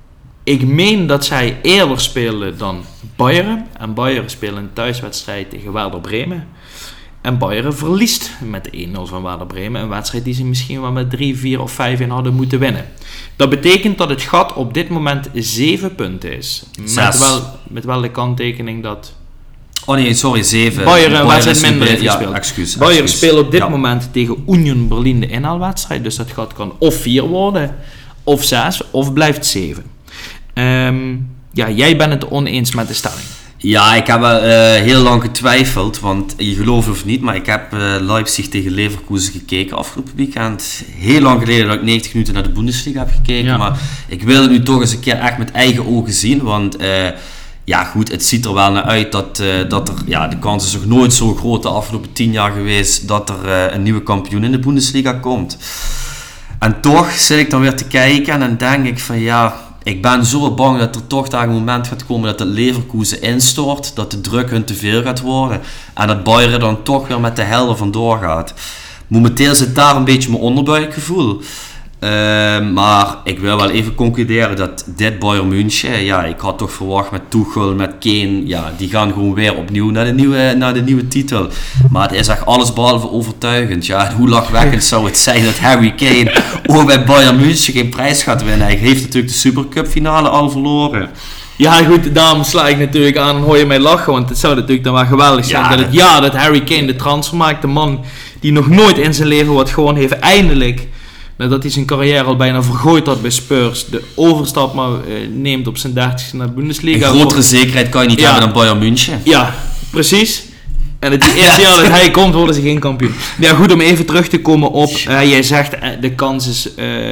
Ik meen dat zij eerder speelden dan Bayern. En Bayern speelde een thuiswedstrijd tegen Werder Bremen. En Bayern verliest met 1-0 van Werder Bremen. Een wedstrijd die ze misschien wel met 3, 4 of 5 hadden moeten winnen. Dat betekent dat het gat op dit moment 7 punten is. Met wel de kanttekening dat... Oh nee, sorry, 7. Bayern een wedstrijd minder heeft gespeeld. Excuus. Bayern speelt op dit moment tegen Union Berlin de inhaalwedstrijd. Dus dat gat kan of 4 worden, of 6, of blijft 7. Jij bent het oneens met de stelling. Ja, ik heb wel heel lang getwijfeld, want je gelooft of niet, maar ik heb Leipzig tegen Leverkusen gekeken afgelopen weekend. Heel lang geleden dat ik 90 minuten naar de Bundesliga heb gekeken, maar ik wil het nu toch eens een keer echt met eigen ogen zien, want goed, het ziet er wel naar uit dat de kans is nog nooit zo groot de afgelopen 10 jaar geweest dat er een nieuwe kampioen in de Bundesliga komt. En toch zit ik dan weer te kijken en dan denk ik van ik ben zo bang dat er toch daar een moment gaat komen dat het Leverkusen instort, dat de druk hun te veel gaat worden en dat Bayern dan toch weer met de helden vandoor gaat. Momenteel zit daar een beetje mijn onderbuikgevoel. Maar ik wil wel even concluderen dat dit Bayern München, ik had toch verwacht met Tuchel, met Kane, die gaan gewoon weer opnieuw naar de nieuwe titel. Maar het is echt alles behalve overtuigend. Hoe lachwekkend zou het zijn dat Harry Kane ook bij Bayern München geen prijs gaat winnen. Hij heeft natuurlijk de Supercup finale al verloren. Ja goed, daarom sla ik natuurlijk aan en hoor je mij lachen, want het zou natuurlijk dan wel geweldig zijn dat Harry Kane de transfer maakt, de man die nog nooit in zijn leven wat gewoon heeft eindelijk, nadat hij zijn carrière al bijna vergooid had bij Spurs, de overstap maar neemt op zijn 30ste naar de Bundesliga. Een grotere zekerheid kan je niet hebben dan Bayern München. Ja, precies. En het eerste jaar dat hij komt, worden ze geen kampioen. Ja, goed, om even terug te komen op... jij zegt, de kans is,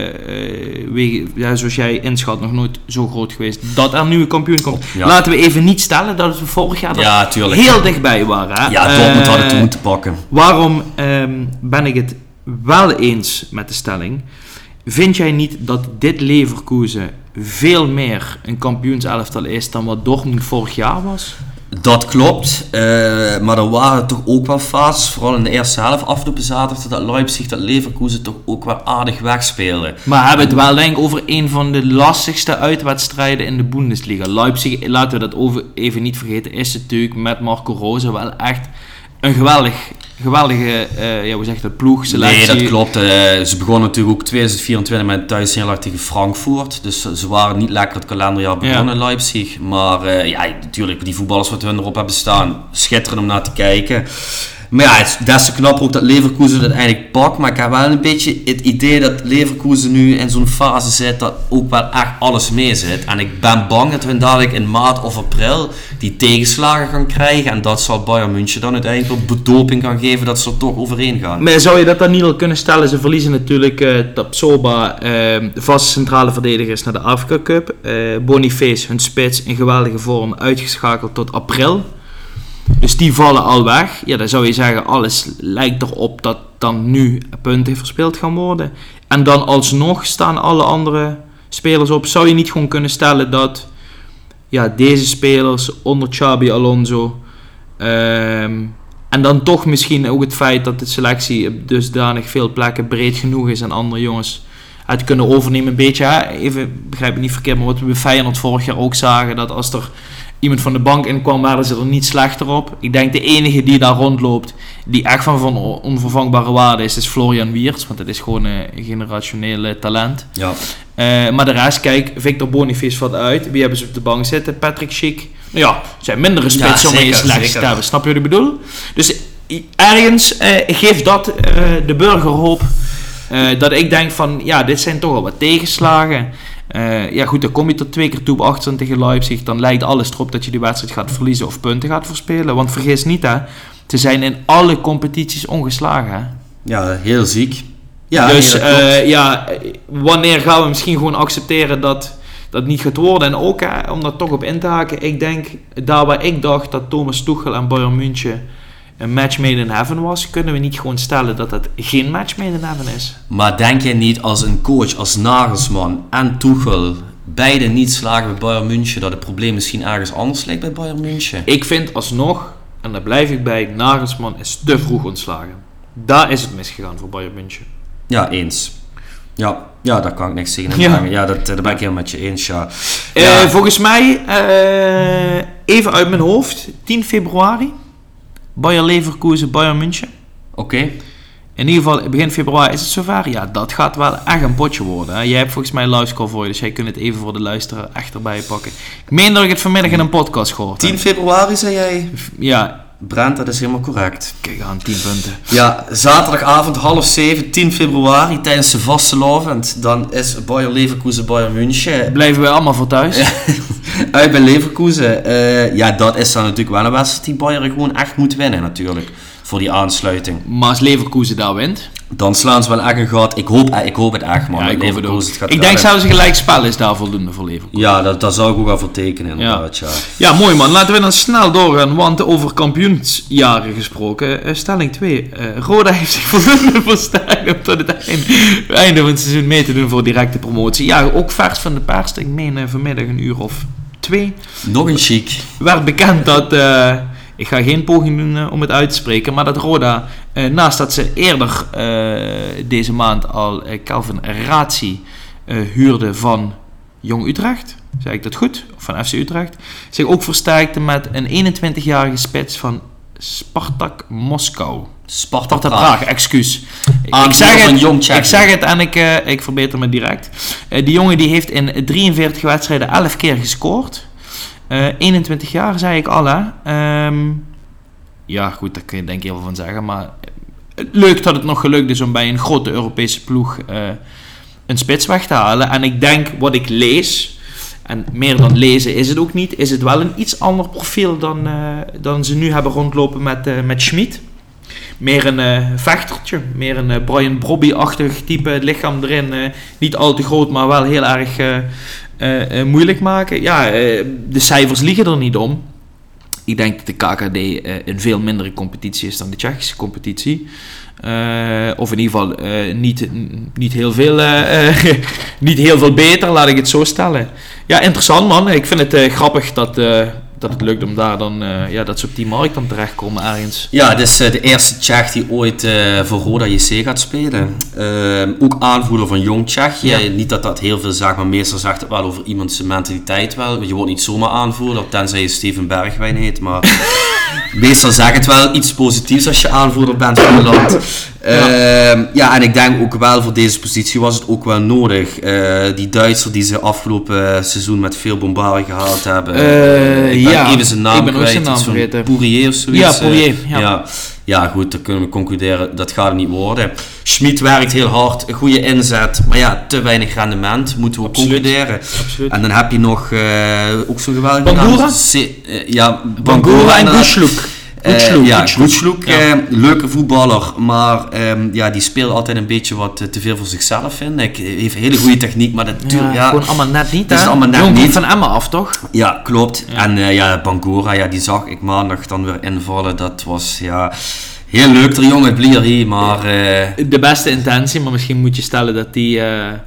zoals jij inschat, nog nooit zo groot geweest dat er nu een kampioen komt. Ja. Laten we even niet stellen dat we vorig jaar heel dichtbij waren. Hè? Ja, Dortmund had het te moeten pakken. Waarom ben ik het wel eens met de stelling? Vind jij niet dat dit Leverkusen veel meer een kampioenselftal is dan wat Dortmund vorig jaar was? Dat klopt, maar er waren toch ook wel fases, vooral in de eerste helft afgelopen zaterdag, dat Leipzig, dat Leverkusen toch ook wel aardig wegspeelde. Maar we hebben het wel denk ik over een van de lastigste uitwedstrijden in de Bundesliga. Leipzig, laten we dat even niet vergeten, is natuurlijk met Marco Rose wel echt een geweldige ploegselectie. Nee, dat klopt. Ze begonnen natuurlijk ook 2024 met een thuisnederlaag tegen Frankfurt. Dus ze waren niet lekker het kalenderjaar begonnen, Leipzig. Maar natuurlijk, die voetballers wat hun erop hebben staan, schitterend om naar te kijken. Maar het is des te knapper ook dat Leverkusen het uiteindelijk pakt. Maar ik heb wel een beetje het idee dat Leverkusen nu in zo'n fase zit dat ook wel echt alles mee zit. En ik ben bang dat we dadelijk in maart of april die tegenslagen gaan krijgen. En dat zal Bayern München dan uiteindelijk op bedoping gaan geven dat ze er toch overheen gaan. Maar zou je dat dan niet al kunnen stellen? Ze verliezen natuurlijk Tapsoba, de vaste centrale verdediger, is naar de Afrika Cup. Boniface, hun spits, in geweldige vorm, uitgeschakeld tot april. Dus die vallen al weg. Ja, dan zou je zeggen, alles lijkt erop dat dan nu punten verspeeld gaan worden. En dan alsnog staan alle andere spelers op. Zou je niet gewoon kunnen stellen dat deze spelers onder Xabi Alonso en dan toch misschien ook het feit dat de selectie op dusdanig veel plekken breed genoeg is en andere jongens het kunnen overnemen een beetje. Even, begrijp ik niet verkeerd, maar wat we bij Feyenoord vorig jaar ook zagen, dat als er iemand van de bank inkwam, waren ze er niet slechter op. Ik denk de enige die daar rondloopt, die echt van onvervangbare waarde is Florian Wirtz, want het is gewoon een generationeel talent. Ja. Maar de rest, kijk, Victor Boniface valt uit. Wie hebben ze op de bank zitten? Patrick Schick. Ja, zijn mindere spits om je slechts te hebben. Snap je wat ik bedoel? Dus ergens geeft dat de burger hoop dat ik denk van, dit zijn toch al wat tegenslagen. Dan kom je tot 2 keer toe op achterstand tegen Leipzig. Dan lijkt alles erop dat je die wedstrijd gaat verliezen of punten gaat verspelen. Want vergis niet, ze zijn in alle competities ongeslagen. Hè? Ja, heel ziek. Ja, dus wanneer gaan we misschien gewoon accepteren dat dat niet gaat worden? En ook om daar toch op in te haken. Ik denk, daar waar ik dacht dat Thomas Tuchel en Bayern München een match made in heaven was, kunnen we niet gewoon stellen dat het geen match made in heaven is. Maar denk je niet als een coach als Nagelsman en Tuchel beide niet slagen bij Bayern München, dat het probleem misschien ergens anders ligt bij Bayern München? Ik vind alsnog, en daar blijf ik bij, Nagelsman is te vroeg ontslagen. Daar is het misgegaan voor Bayern München. Ja, eens. Ja, daar kan ik niks tegen brengen. Ja, daar ben ik helemaal met je eens, ja. Volgens mij, even uit mijn hoofd, 10 februari, Bayer Leverkusen, Bayern München. Oké. In ieder geval, begin februari is het zover. Ja, dat gaat wel echt een potje worden. Hè. Jij hebt volgens mij een livescore voor je, dus jij kunt het even voor de luisteraar echt erbij pakken. Ik meen dat ik het vanmiddag in een podcast gehoord 10 februari, zei jij? Ja. Brent, dat is helemaal correct. Kijk aan, 10 punten. Ja, zaterdagavond 6:30, 10 februari, tijdens de vastelavond. Dan is Bayer Leverkusen, Bayern München. Blijven wij allemaal voor thuis? Uit bij Leverkusen. Ja, dat is dan natuurlijk wel een wedstrijd die Bayern gewoon echt moet winnen natuurlijk. Voor die aansluiting. Maar als Leverkusen daar wint... Dan slaan ze wel echt een gat. Ik hoop het echt, man. Ja, Leverkusen, ik denk zelfs een gelijkspel is daar voldoende voor Leverkusen. Ja, daar zou ik ook wel voor tekenen, inderdaad. Ja, mooi man. Laten we dan snel doorgaan, want over kampioensjaren gesproken. Stelling 2. Roda heeft zich voldoende versterkt om tot het einde van het seizoen mee te doen voor directe promotie. Ja, ook vers van de pers. Ik meen vanmiddag 2:00. Nog een chic. Werd bekend dat... ik ga geen poging doen om het uit te spreken, maar dat Roda, naast dat ze eerder deze maand al Kelvin Razi huurde van Jong Utrecht, zeg ik dat goed? Of van FC Utrecht, zich ook versterkte met een 21-jarige spits van Spartak Moskou. Sparta Praag, excuus. Ik zeg het en ik verbeter me direct. Die jongen die heeft in 43 wedstrijden 11 keer gescoord. 21 jaar, zei ik al, hè. Ja, goed, daar kun je denk ik heel veel van zeggen. Maar leuk dat het nog gelukt is om bij een grote Europese ploeg een spits weg te halen. En ik denk, wat ik lees, en meer dan lezen is het ook niet, is het wel een iets ander profiel dan ze nu hebben rondlopen met Schmid. Meer een vechtertje, meer een Brian Brobby-achtig type, lichaam erin. Niet al te groot, maar wel heel erg... moeilijk maken. Ja, de cijfers liegen er niet om. Ik denk dat de KKD een veel mindere competitie is dan de Tsjechische competitie. Of in ieder geval niet heel veel niet heel veel beter, laat ik het zo stellen. Ja, interessant man. Ik vind het grappig dat het lukt om daar dan dat ze op die markt dan terechtkomen ergens. Ja, het is de eerste Tsjech die ooit voor Roda JC gaat spelen. Ook aanvoerder van Jong Tsjechië. Ja. Niet dat heel veel zegt, maar meestal zegt het wel over iemands mentaliteit wel. Je wordt niet zomaar aanvoerder, tenzij je Steven Bergwijn heet, maar meestal zegt het wel iets positiefs als je aanvoerder bent van een land. En ik denk ook wel voor deze positie was het ook wel nodig. Die Duitser die ze afgelopen seizoen met veel bombardie gehaald hebben. Even zijn naam kwijt. Poirier of zoiets. Ja, Poirier. Ja, goed, dan kunnen we concluderen, dat gaat het niet worden. Schmid werkt heel hard, een goede inzet, maar ja, te weinig rendement, moeten we concluderen. Absoluut. En dan heb je nog ook zo'n geweldige Bangura? Bangura en Gusluk. Gusluk, leuke voetballer, maar die speelt altijd een beetje wat te veel voor zichzelf, vind ik. Heeft hele goede techniek, maar dat gewoon allemaal net niet, hè? Dat is allemaal net niet. Van Emma af, toch? Ja, klopt. Ja. En Bangura, die zag ik maandag dan weer invallen. Dat was, heel leuk, de jongen Blier, maar... De beste intentie, maar misschien moet je stellen dat die...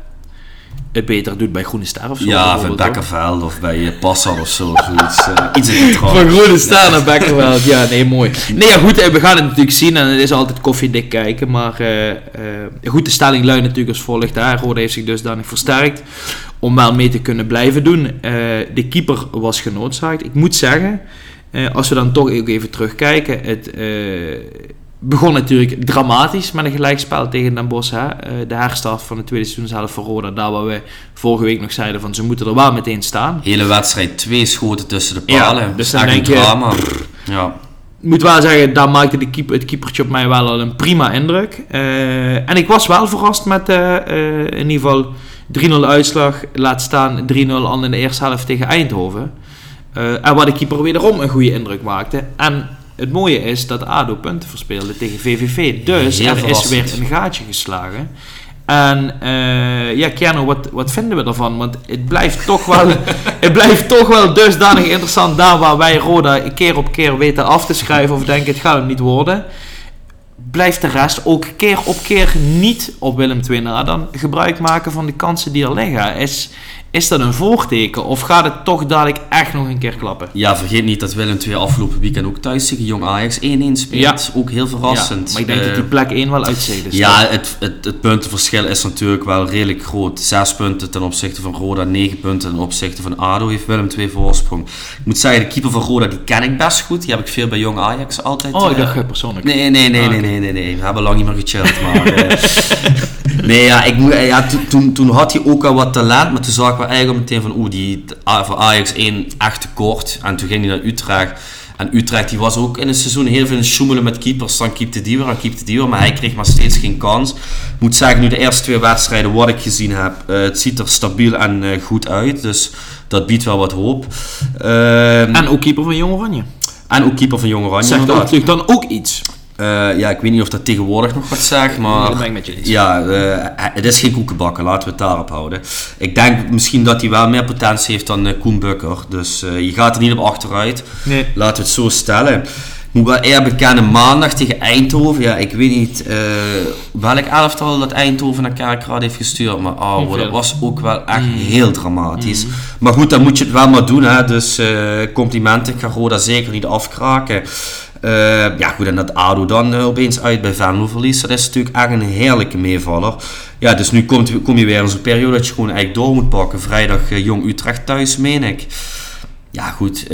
het beter doet bij Groene Ster of zo. Ja, of in Bekkerveld of bij Passau of zo. Iets in die van Groene Ster naar Bekkerveld. Ja, nee, mooi. Nee, ja, goed, we gaan het natuurlijk zien en het is altijd koffiedik kijken. Maar goed, de stelling luidt natuurlijk als volgt. Roda heeft zich dusdanig versterkt om wel mee te kunnen blijven doen. De keeper was genoodzaakt. Ik moet zeggen, als we dan toch ook even terugkijken, het... begon natuurlijk dramatisch met een gelijkspel tegen Den Bosch. De herstart van de tweede seizoenshelft voor Roda. Daar waar we vorige week nog zeiden van ze moeten er wel meteen staan. Hele wedstrijd, 2 schoten tussen de palen. Ja, dus dan denk je... drama. Ik moet wel zeggen, daar maakte het keepertje op mij wel al een prima indruk. En ik was wel verrast met in ieder geval 3-0 uitslag. Laat staan 3-0 al in de eerste helft tegen Eindhoven. En waar de keeper wederom een goede indruk maakte. En... het mooie is dat ADO punten verspeelde tegen VVV. Dus er is weer een gaatje geslagen. En Keanu, wat vinden we ervan? Want het blijft toch wel dusdanig interessant. Daar waar wij Roda keer op keer weten af te schrijven of denken het gaat hem niet worden. Blijft de rest ook keer op keer niet op Willem II na dan gebruik maken van de kansen die er liggen. Is dat een voorteken of gaat het toch dadelijk echt nog een keer klappen? Ja, vergeet niet dat Willem II afgelopen weekend ook thuis tegen Jong Ajax 1-1 speelt. Ja. Ook heel verrassend. Ja, maar ik denk dat die plek 1 wel uitzegt. Dus ja, het puntenverschil is natuurlijk wel redelijk groot. 6 punten ten opzichte van Roda, 9 punten ten opzichte van ADO heeft Willem II voorsprong. Ik moet zeggen, de keeper van Roda die ken ik best goed. Die heb ik veel bij Jong Ajax altijd. Oh, ik dacht persoonlijk. Nee. We hebben lang niet meer gechilled, maar... Nee, ja, toen had hij ook al wat talent, maar toen zag ik wel eigenlijk meteen van, die voor Ajax 1 echt tekort. En toen ging hij naar Utrecht. En Utrecht die was ook in het seizoen heel veel sjoemelen met keepers. Dan keepte die weer, maar hij kreeg maar steeds geen kans. Ik moet zeggen, nu de eerste 2 wedstrijden wat ik gezien heb, het ziet er stabiel en goed uit. Dus dat biedt wel wat hoop. En ook keeper van Jong Oranje. Zegt dat natuurlijk dan ook iets. Ja, ik weet niet of dat tegenwoordig nog wat zegt, maar... Dat ben ik met je eens. Ja, het is geen koekenbakker, laten we het daarop houden. Ik denk misschien dat hij wel meer potentie heeft dan Koen Bukker. Dus je gaat er niet op achteruit. Nee. Laten we het zo stellen. Ik moet wel eerlijk bekennen, maandag tegen Eindhoven. Ja, ik weet niet welk elftal dat Eindhoven naar Kerkrade heeft gestuurd. Maar dat was ook wel echt heel dramatisch. Maar goed, dan moet je het wel maar doen. Hè. Dus complimenten, ik ga Roda zeker niet afkraken. Ja goed, en dat ADO dan opeens uit bij Venlo verliest, dat is natuurlijk echt een heerlijke meevaller. Ja, dus nu kom je weer in zo'n periode dat je gewoon eigenlijk door moet pakken. Vrijdag Jong Utrecht thuis, meen ik. Ja goed,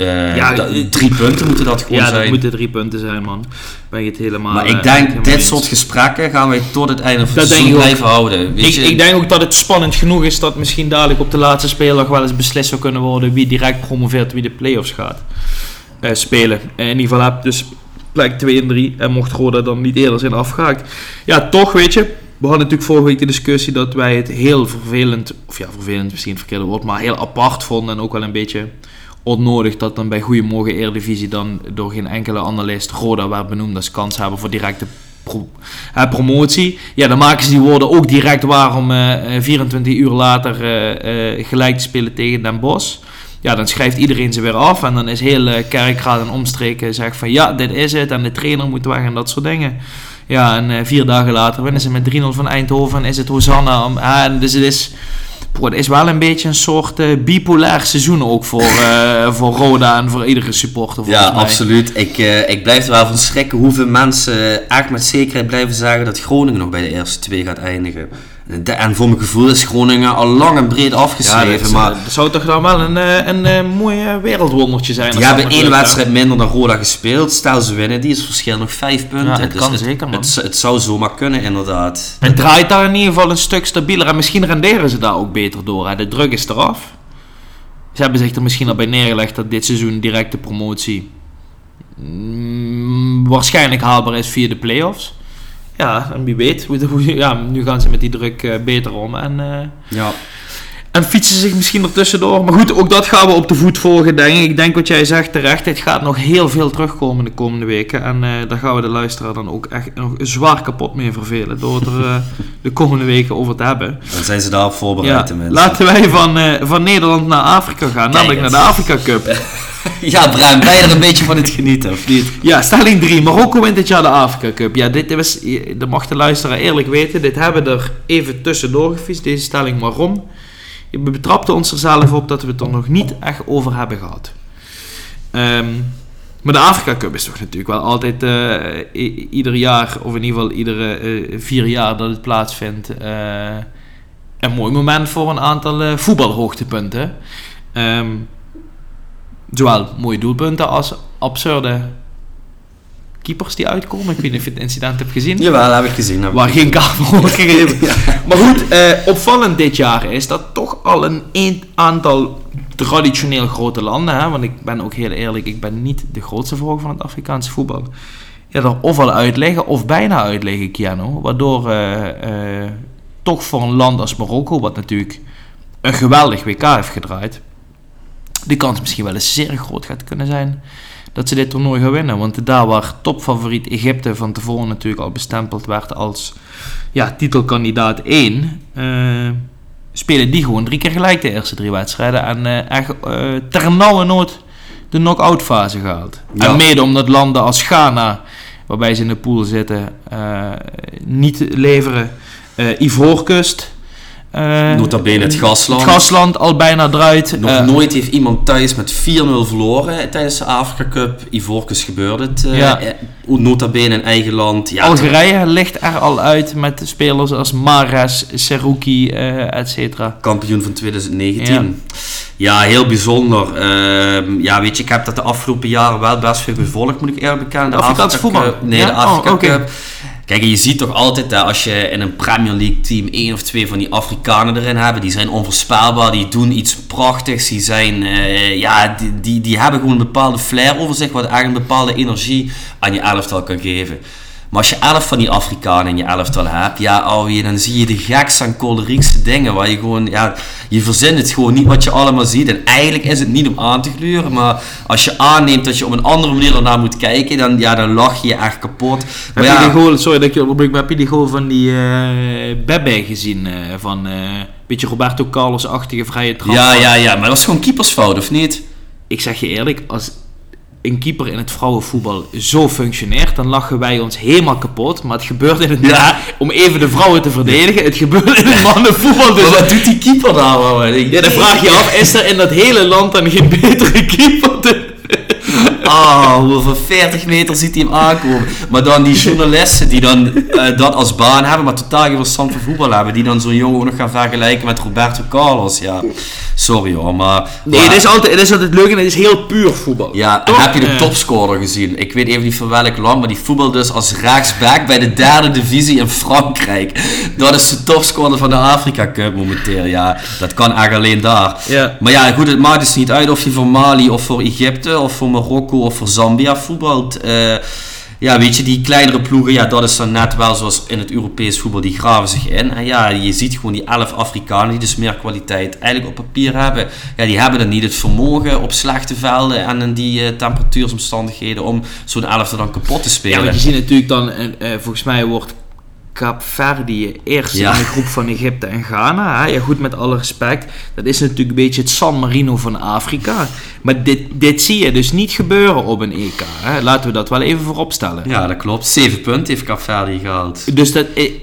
3 punten moeten dat gewoon zijn. Ja, dat moeten 3 punten zijn, man. Ben je het helemaal... Maar ik denk, dit soort gesprekken gaan wij tot het einde van het seizoen blijven houden. Ik denk ook dat het spannend genoeg is dat misschien dadelijk op de laatste speeldag wel eens beslist zou kunnen worden wie direct promoveert, wie de play-offs gaat spelen. In ieder geval heb dus plek 2 en 3 en mocht Roda dan niet eerder zijn afgehaakt. Ja, toch weet je, we hadden natuurlijk vorige week de discussie dat wij het heel vervelend, of ja, vervelend misschien het verkeerde woord, maar heel apart vonden en ook wel een beetje onnodig dat dan bij Goeiemorgen Eredivisie dan door geen enkele analist Roda werd benoemd als kans hebben voor directe promotie. Ja, dan maken ze die woorden ook direct waar om 24 uur later gelijk te spelen tegen Den Bosch. Ja, dan schrijft iedereen ze weer af en dan is heel Kerkraad en omstreken zegt van ja, dit is het en de trainer moet weg en dat soort dingen. Ja, en 4 dagen later winnen ze met 3-0 van Eindhoven en is het Hosanna. Dus het is wel een beetje een soort bipolair seizoen ook voor Roda en voor iedere supporter. Ja, mij. Absoluut. Ik blijf er wel van schrikken hoeveel mensen echt met zekerheid blijven zeggen dat Groningen nog bij de eerste 2 gaat eindigen. En voor mijn gevoel is Groningen al lang en breed afgeschreven. Ja, dat zou toch dan wel een mooi wereldwondertje zijn. Die hebben 1 wedstrijd minder dan Roda gespeeld. Stel ze winnen, die is het verschil nog 5 punten. Ja, het kan zeker, man. Het zou zomaar kunnen, inderdaad. Het draait daar in ieder geval een stuk stabieler. En misschien renderen ze daar ook beter door. Hè. De druk is eraf. Ze hebben zich er misschien al bij neergelegd dat dit seizoen directe promotie waarschijnlijk haalbaar is via de play-offs. Ja, en wie weet. Nu gaan ze met die druk beter om. En fietsen zich misschien ertussendoor. Maar goed, ook dat gaan we op de voet volgen, denk ik. Ik denk wat jij zegt terecht. Het gaat nog heel veel terugkomen de komende weken. En daar gaan we de luisteraar dan ook echt nog zwaar kapot mee vervelen. Door het er de komende weken over te hebben. Dan zijn ze daarop voorbereid, ja, mensen. Laten wij van Nederland naar Afrika gaan. Namelijk naar de Afrika Cup. Ja, Bruin, ben je er een beetje van het genieten, of niet? Ja, stelling 3. Marokko wint dit jaar de Afrika Cup. Ja, dat mag de luisteraar eerlijk weten. Dit hebben we er even tussendoor gefietst, deze stelling. Waarom? We betrapten ons er zelf op dat we het er nog niet echt over hebben gehad. Maar de Afrika Cup is toch natuurlijk wel altijd ieder jaar, of in ieder geval iedere 4 jaar dat het plaatsvindt, een mooi moment voor een aantal voetbalhoogtepunten. Zowel mooie doelpunten als absurde keepers die uitkomen. Ik weet niet of je het incident hebt gezien. Jawel, heb ik gezien. Waar geen kamer wordt gegeven. Ja. Maar goed, opvallend dit jaar is dat toch al een aantal traditioneel grote landen, hè, want ik ben ook heel eerlijk, ik ben niet de grootste volger van het Afrikaanse voetbal, er ofwel uitleggen of bijna uitleggen, Keanu, waardoor toch voor een land als Marokko, wat natuurlijk een geweldig WK heeft gedraaid, de kans misschien wel eens zeer groot gaat kunnen zijn dat ze dit toernooi gaan winnen. Want daar waar topfavoriet Egypte van tevoren natuurlijk al bestempeld werd als titelkandidaat 1, spelen die gewoon 3 keer gelijk de eerste 3 wedstrijden en echt ternauwernood de knock-out fase gehaald. Ja. En mede omdat landen als Ghana, waarbij ze in de pool zitten, niet leveren, Ivoorkust, Nota bene het Gasland. Het Gasland al bijna eruit. Nog nooit heeft iemand thuis met 4-0 verloren tijdens de Afrika Cup. Ivorcus gebeurde het. Nota bene in eigen land. Ja, Algerije ligt er al uit met spelers als Mahrez, Serouki, et cetera. Kampioen van 2019. Ja, heel bijzonder. Weet je, ik heb dat de afgelopen jaren wel best veel gevolgd, moet ik eerlijk bekennen. De Afrikaanse voetbal? Nee, de Afrika Cup. Kijk, je ziet toch altijd dat als je in een Premier League team 1 of 2 van die Afrikanen erin hebben, die zijn onvoorspelbaar, die doen iets prachtigs, die zijn, die hebben gewoon een bepaalde flair over zich, wat eigenlijk een bepaalde energie aan je elftal kan geven. Maar als je 11 van die Afrikanen in je elftal hebt, dan zie je de gekste en koleriekste dingen, waar je gewoon, je verzint het gewoon niet wat je allemaal ziet. En eigenlijk is het niet om aan te gluren, maar als je aanneemt dat je op een andere manier ernaar moet kijken, dan lach je je echt kapot. Heb je die goal, sorry dat ik je onderbreek, maar heb je die goal van die Bebe gezien? Van een beetje Roberto Carlos-achtige vrije trap? Ja, maar dat is gewoon keepersfout, of niet? Ik zeg je eerlijk, als een keeper in het vrouwenvoetbal zo functioneert, dan lachen wij ons helemaal kapot. Maar het gebeurt in het om even de vrouwen te verdedigen, het gebeurt in het mannenvoetbal. Dus maar wat doet die keeper nou? Dan vraag je af, is er in dat hele land dan geen betere keeper? Over 40 meter ziet hij hem aankomen. Maar dan die journalisten die dan dat als baan hebben, maar totaal geen verstand van voetbal hebben, die dan zo'n jongen ook nog gaan vergelijken met Roberto Carlos. Ja, sorry hoor, maar... Nee, het is altijd leuk en het is heel puur voetbal. Ja, en heb je de topscorer gezien? Ik weet even niet van welk land, maar die voetbal dus als rechtsback bij de 3e divisie in Frankrijk. Dat is de topscorer van de Afrika Cup momenteel. Ja, dat kan eigenlijk alleen daar. Ja. Maar ja, goed, het maakt dus niet uit of je voor Mali of voor Egypte of voor Marokko of voor Zambia voetbalt. Weet je, die kleinere ploegen, dat is dan net wel zoals in het Europees voetbal, die graven zich in. En je ziet gewoon die 11 Afrikanen die dus meer kwaliteit eigenlijk op papier hebben. Ja, die hebben dan niet het vermogen op slechte velden en in die temperatuursomstandigheden om zo'n 11 dan kapot te spelen. Ja, want je ziet natuurlijk dan, volgens mij wordt Kaapverdië eerst in de groep van Egypte en Ghana. Hè? Ja, goed, met alle respect. Dat is natuurlijk een beetje het San Marino van Afrika. Maar dit zie je dus niet gebeuren op een EK. Hè? Laten we dat wel even voorop stellen. Ja, dat klopt. 7 punten heeft Kaapverdië gehaald. Dus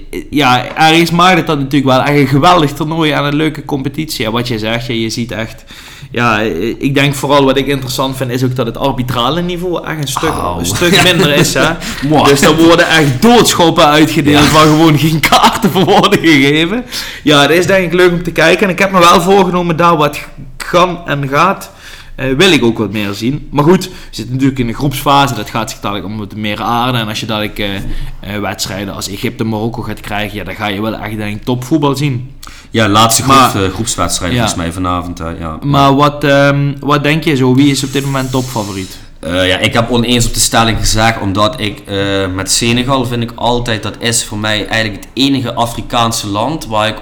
ergens maakt het dat natuurlijk wel echt een geweldig toernooi en een leuke competitie. En wat je zegt, je ziet echt... Ja, ik denk vooral wat ik interessant vind is ook dat het arbitrale niveau echt een stuk minder is. Hè? Dus er worden echt doodschoppen uitgedeeld waar gewoon geen kaarten voor worden gegeven. Ja, dat is denk ik leuk om te kijken. En ik heb me wel voorgenomen daar wat kan en gaat. Wil ik ook wat meer zien. Maar goed, we zitten natuurlijk in de groepsfase. Dat gaat zich dadelijk om wat meer aarden. En als je dadelijk wedstrijden als Egypte en Marokko gaat krijgen, dan ga je wel echt denk ik topvoetbal zien. Ja, laatste groepswedstrijd volgens mij vanavond. Maar wat denk je zo? Wie is op dit moment topfavoriet? Ik heb oneens op de stelling gezegd, omdat ik met Senegal vind ik altijd, dat is voor mij eigenlijk het enige Afrikaanse land waar ik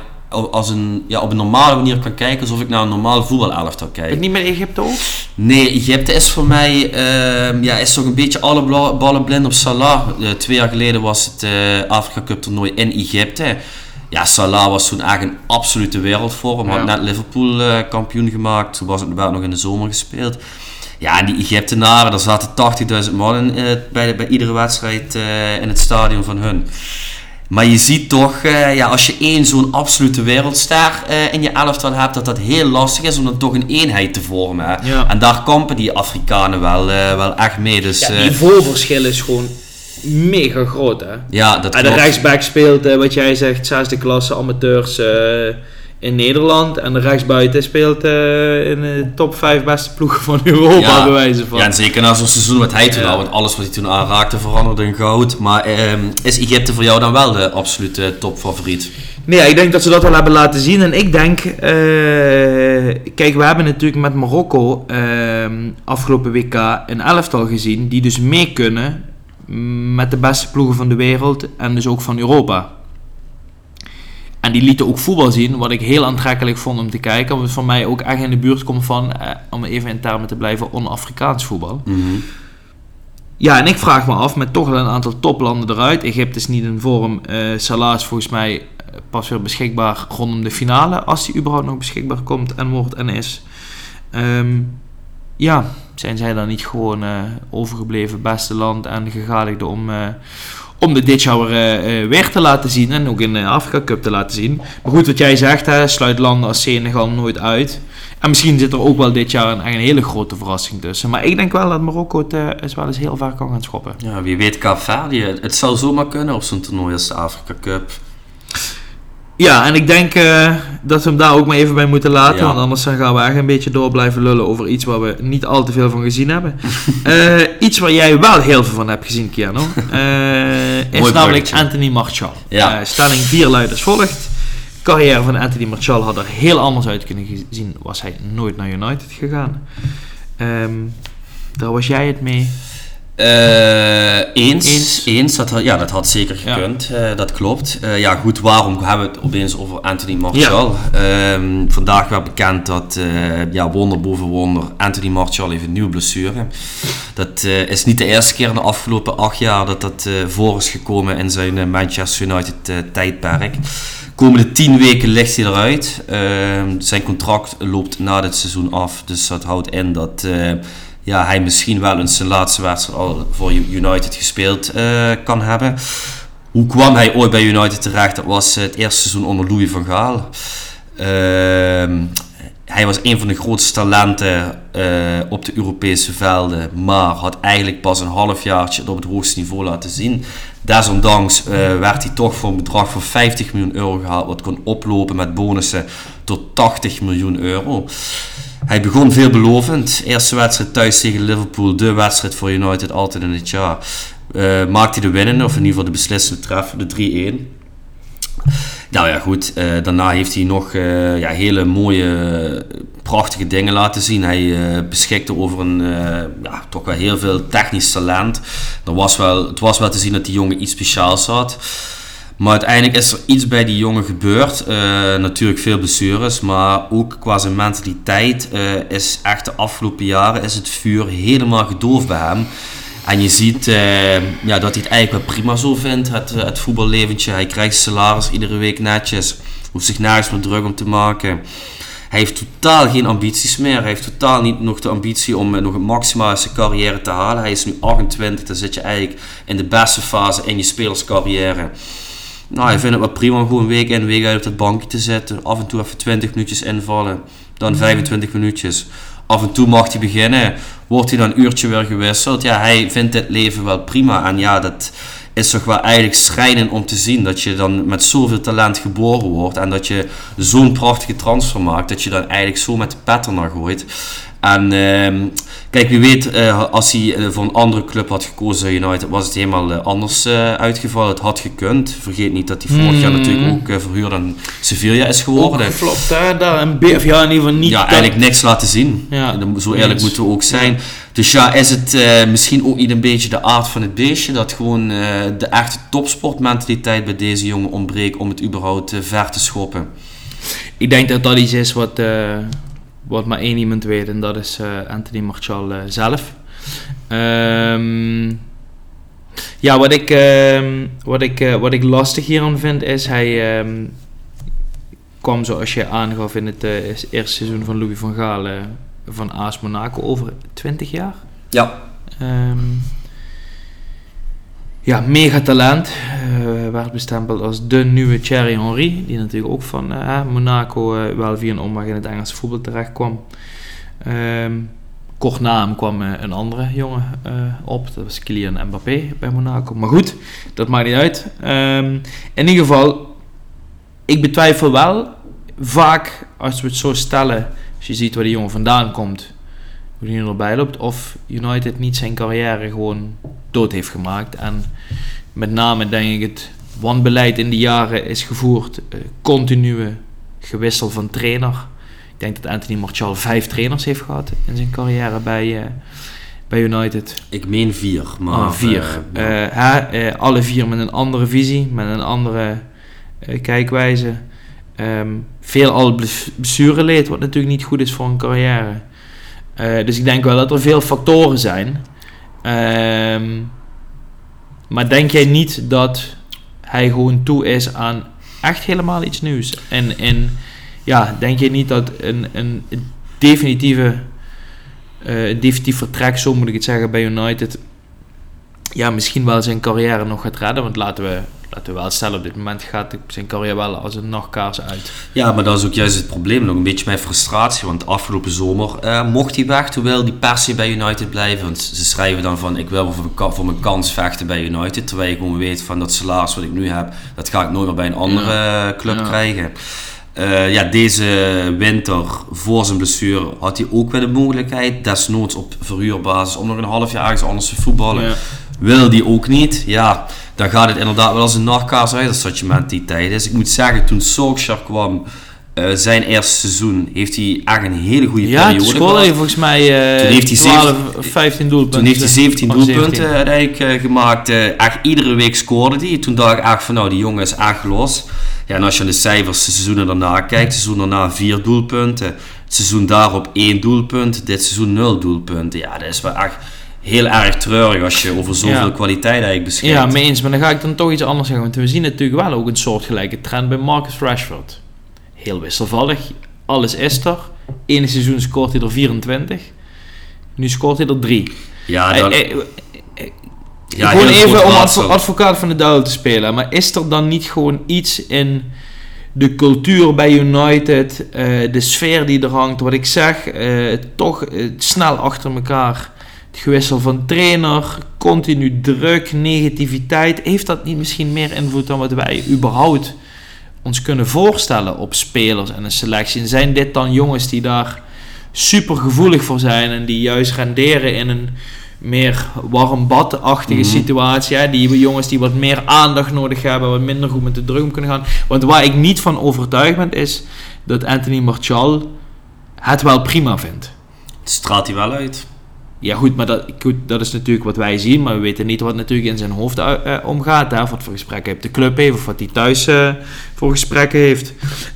op een normale manier kan kijken, alsof ik naar een normaal voetbalelftal kijk. Het niet met Egypte ook? Nee, Egypte is voor mij is toch een beetje alle ballen blind op Salah. 2 jaar geleden was het Afrika Cup toernooi in Egypte. Ja, Salah was toen eigenlijk een absolute wereldvorm. Had net Liverpool kampioen gemaakt. Toen was het nog in de zomer gespeeld. Ja, en die Egyptenaren, daar zaten 80.000 man bij iedere wedstrijd in het stadion van hun. Maar je ziet toch, als je één zo'n absolute wereldster in je elftal hebt, dat heel lastig is om dan toch een eenheid te vormen. Hè? Ja. En daar kampen die Afrikanen wel echt mee. Dus, het niveauverschil is gewoon mega groot, hè? Ja, dat en de rechtsback speelt, wat jij zegt, 6e klasse amateurs in Nederland. En de rechtsbuiten speelt in de top 5 beste ploegen van Europa, bij wijze van. Ja, en zeker na zo'n seizoen wat hij toen had, want alles wat hij toen aanraakte veranderde in goud. Maar is Egypte voor jou dan wel de absolute topfavoriet? Nee, ik denk dat ze dat wel hebben laten zien. En ik denk, kijk, we hebben natuurlijk met Marokko afgelopen WK een elftal gezien die dus mee kunnen met de beste ploegen van de wereld en dus ook van Europa. En die lieten ook voetbal zien, wat ik heel aantrekkelijk vond om te kijken. Omdat het voor mij ook echt in de buurt komt van, om even in termen te blijven, on-Afrikaans voetbal. Mm-hmm. Ja, en ik vraag me af, met toch wel een aantal toplanden eruit. Egypte is niet in vorm. Salah is volgens mij pas weer beschikbaar rondom de finale. Als die überhaupt nog beschikbaar komt en wordt en is. Zijn zij dan niet gewoon overgebleven beste land en gegadigden om dit jaar weer te laten zien en ook in de Afrika Cup te laten zien. Maar goed, wat jij zegt, sluit landen als Senegal nooit uit. En misschien zit er ook wel dit jaar een hele grote verrassing tussen. Maar ik denk wel dat Marokko het wel eens heel ver kan gaan schoppen. Ja, wie weet Kaapverdië. Het zou zomaar kunnen op zo'n toernooi als de Afrika Cup. Ja, en ik denk dat we hem daar ook maar even bij moeten laten. Ja. Want anders gaan we echt een beetje door blijven lullen over iets waar we niet al te veel van gezien hebben. Iets waar jij wel heel veel van hebt gezien, Keanu. Is namelijk Anthony Martial. Ja. Stelling 4 luidt als volgt. De carrière van Anthony Martial had er heel anders uit kunnen zien. Was hij nooit naar United gegaan. Daar was jij het mee. Eens. Dat had zeker gekund. Ja. Dat klopt. Goed, waarom hebben we het opeens over Anthony Martial? Ja. Vandaag werd bekend dat, wonder boven wonder, Anthony Martial heeft een nieuwe blessure. Dat is niet de eerste keer in de afgelopen 8 jaar dat voor is gekomen in zijn Manchester United tijdperk. Komende 10 weken ligt hij eruit. Zijn contract loopt na dit seizoen af. Dus dat houdt in dat hij misschien wel eens zijn laatste wedstrijd al voor United gespeeld kan hebben. Hoe kwam hij ooit bij United terecht? Dat was het eerste seizoen onder Louis van Gaal. Hij was een van de grootste talenten op de Europese velden, maar had eigenlijk pas een halfjaartje op het hoogste niveau laten zien. Desondanks werd hij toch voor een bedrag van €50 miljoen gehaald, wat kon oplopen met bonussen tot €80 miljoen. Hij begon veelbelovend. Eerste wedstrijd thuis tegen Liverpool, de wedstrijd voor United altijd in het jaar. Maakte hij de winnende, of in ieder geval de beslissende treffer, de 3-1. Nou ja, goed. Daarna heeft hij nog hele mooie, prachtige dingen laten zien. Hij beschikte over toch wel heel veel technisch talent. Het was wel te zien dat die jongen iets speciaals had. Maar uiteindelijk is er iets bij die jongen gebeurd. Natuurlijk veel blessures, maar ook qua zijn mentaliteit is echt de afgelopen jaren is het vuur helemaal gedoofd bij hem. En je ziet dat hij het eigenlijk wel prima zo vindt, het voetballeventje. Hij krijgt salaris iedere week netjes, hoeft zich nergens meer druk om te maken. Hij heeft totaal geen ambities meer. Hij heeft totaal niet nog de ambitie om nog het maximale uit zijn carrière te halen. Hij is nu 28, dan zit je eigenlijk in de beste fase in je spelerscarrière. Nou, ik vind het wel prima om gewoon week in week uit op dat bankje te zitten. Af en toe even 20 minuutjes invallen. Dan 25 minuutjes. Af en toe mag hij beginnen. Wordt hij dan een uurtje weer gewisseld. Ja, hij vindt dit leven wel prima. En ja, dat is toch wel eigenlijk schrijnend om te zien. Dat je dan met zoveel talent geboren wordt. En dat je zo'n prachtige transfer maakt. Dat je dan eigenlijk zo met de pet ernaar gooit. En kijk, wie weet, als hij voor een andere club had gekozen, United, was het helemaal anders uitgevallen. Het had gekund. Vergeet niet dat hij vorig jaar natuurlijk ook verhuurd aan Sevilla is geworden. Geflopt, hè? Daar een in ieder geval niet. Ja, eigenlijk niks laten zien. Ja, zo eerlijk moeten we ook zijn. Ja. Dus ja, is het misschien ook niet een beetje de aard van het beestje, dat gewoon de echte topsportmentaliteit bij deze jongen ontbreekt om het überhaupt ver te schoppen? Ik denk dat dat iets is wat maar één iemand weet, en dat is Anthony Martial zelf. Wat ik lastig hieraan vind is, hij kwam, zoals je aangaf, in het eerste seizoen van Louis van Gaal van AS Monaco over 20 jaar. Ja. Mega talent. Werd bestempeld als de nieuwe Thierry Henry, die natuurlijk ook van Monaco wel via een omweg in het Engelse voetbal terecht kwam. Kort na hem kwam een andere jongen op, dat was Kylian Mbappé bij Monaco. Maar goed, dat maakt niet uit. In ieder geval, ik betwijfel wel vaak, als we het zo stellen, als je ziet waar die jongen vandaan komt, hoe hij erbij loopt, of United niet zijn carrière gewoon dood heeft gemaakt. En met name denk ik het wanbeleid in die jaren is gevoerd, continue gewissel van trainer. Ik denk dat Anthony Martial 5 trainers heeft gehad in zijn carrière bij United. Ik meen 4. Maar 4. Alle 4 met een andere visie, met een andere kijkwijze. Veel al blessureleed, wat natuurlijk niet goed is voor een carrière. Dus ik denk wel dat er veel factoren zijn. Maar denk jij niet dat hij gewoon toe is aan echt helemaal iets nieuws? En denk je niet dat een definitief vertrek, zo moet ik het zeggen, bij United, misschien wel zijn carrière nog gaat redden. Want laten we wel stellen, op dit moment gaat zijn carrière wel als een nachtkaars uit. Ja, maar dat is ook juist het probleem. Nog een beetje mijn frustratie. Want afgelopen zomer mocht hij weg, terwijl hij per se bij United blijven. Want ze schrijven dan van, ik wil voor mijn kans vechten bij United. Terwijl je gewoon weet van dat salaris wat ik nu heb, dat ga ik nooit meer bij een andere club krijgen. Deze winter, voor zijn blessure, had hij ook weer de mogelijkheid, desnoods op verhuurbasis, om nog een half jaar ergens anders te voetballen. Ja. Wil die ook niet, dan gaat het inderdaad wel als een nachtkaars uit als dat je mentaliteit is. Ik moet zeggen, toen Solskjaer kwam, zijn eerste seizoen, heeft hij echt een hele goede periode gehad. Ja, hij volgens mij 15 doelpunten. Toen heeft hij 17 doelpunten uiteindelijk gemaakt. Echt iedere week scoorde hij. Toen dacht ik echt van, die jongen is echt los. Ja, en als je aan de cijfers de seizoenen daarna kijkt, seizoen daarna 4 doelpunten. Het seizoen daarop 1 doelpunt. Dit seizoen 0 doelpunten. Ja, dat is wel echt heel erg treurig als je over zoveel kwaliteit eigenlijk beschikt. Ja, mee eens. Maar dan ga ik dan toch iets anders zeggen. Want we zien natuurlijk wel ook een soortgelijke trend bij Marcus Rashford. Heel wisselvallig. Alles is er. Ene seizoen scoort hij er 24. Nu scoort hij er 3. Ja, dan... gewoon even om advocaat van de duivel te spelen. Maar is er dan niet gewoon iets in de cultuur bij United, de sfeer die er hangt, wat ik zeg, toch snel achter elkaar, het gewissel van trainer, continu druk, negativiteit, heeft dat niet misschien meer invloed dan wat wij überhaupt ons kunnen voorstellen op spelers en een selectie? En zijn dit dan jongens die daar super gevoelig voor zijn en die juist renderen in een meer warm bad-achtige situatie, hè? Die jongens die wat meer aandacht nodig hebben, wat minder goed met de druk om kunnen gaan. Want waar ik niet van overtuigd ben, is dat Anthony Martial het wel prima vindt. Het straalt hij wel uit. Ja goed, maar dat is natuurlijk wat wij zien, maar we weten niet wat natuurlijk in zijn hoofd omgaat, hè? Of wat voor gesprekken hij op de club heeft, of wat hij thuis voor gesprekken heeft.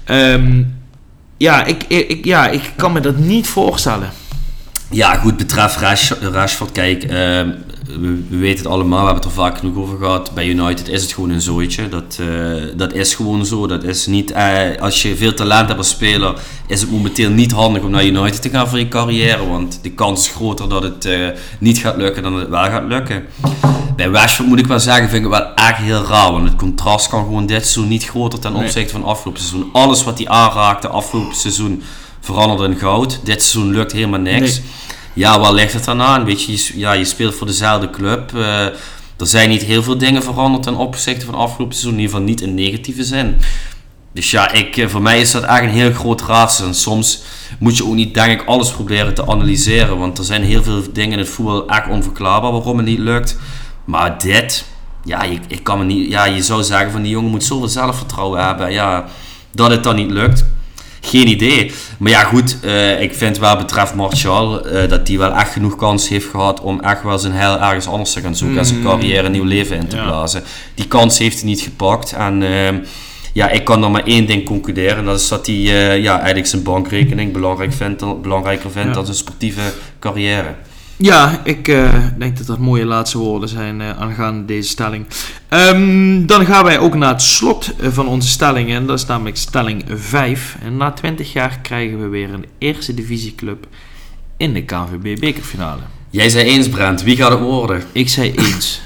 Ik kan me dat niet voorstellen. Ja, goed, betreft Rashford, kijk, we weten het allemaal, we hebben het er vaak genoeg over gehad. Bij United is het gewoon een zooitje. Dat is gewoon zo. Dat is niet, als je veel talent hebt als speler, is het momenteel niet handig om naar United te gaan voor je carrière. Want de kans is groter dat het niet gaat lukken dan dat het wel gaat lukken. Bij Rashford moet ik wel zeggen, vind ik het wel echt heel raar. Want het contrast kan gewoon dit seizoen niet groter ten opzichte van afgelopen seizoen. Alles wat hij aanraakte afgelopen seizoen veranderde in goud. Dit seizoen lukt helemaal niks. Nee. Ja, waar ligt het dan aan? Weet je, je speelt voor dezelfde club. Er zijn niet heel veel dingen veranderd ten opzichte van afgelopen seizoen. In ieder geval niet in negatieve zin. Dus ja, voor mij is dat echt een heel groot raadsel. En soms moet je ook niet, denk ik, alles proberen te analyseren. Want er zijn heel veel dingen in het voetbal echt onverklaarbaar waarom het niet lukt. Maar dit, ik kan me niet... Ja, je zou zeggen van die jongen moet zoveel zelfvertrouwen hebben. Ja, dat het dan niet lukt. Geen idee. Maar ja, goed, ik vind wat betreft Martial dat hij wel echt genoeg kans heeft gehad om echt wel zijn heil ergens anders te gaan zoeken en zijn carrière een nieuw leven in te blazen. Die kans heeft hij niet gepakt. En ik kan er maar één ding concluderen. En dat is dat hij eigenlijk zijn bankrekening belangrijker vindt dan zijn sportieve carrière. Ja, ik denk dat dat mooie laatste woorden zijn aangaande deze stelling. Dan gaan wij ook naar het slot van onze stellingen. En dat is namelijk stelling 5. En na 20 jaar krijgen we weer een eerste divisieclub in de KNVB bekerfinale. Jij zei eens, Brent. Wie gaat het worden? Ik zei eens.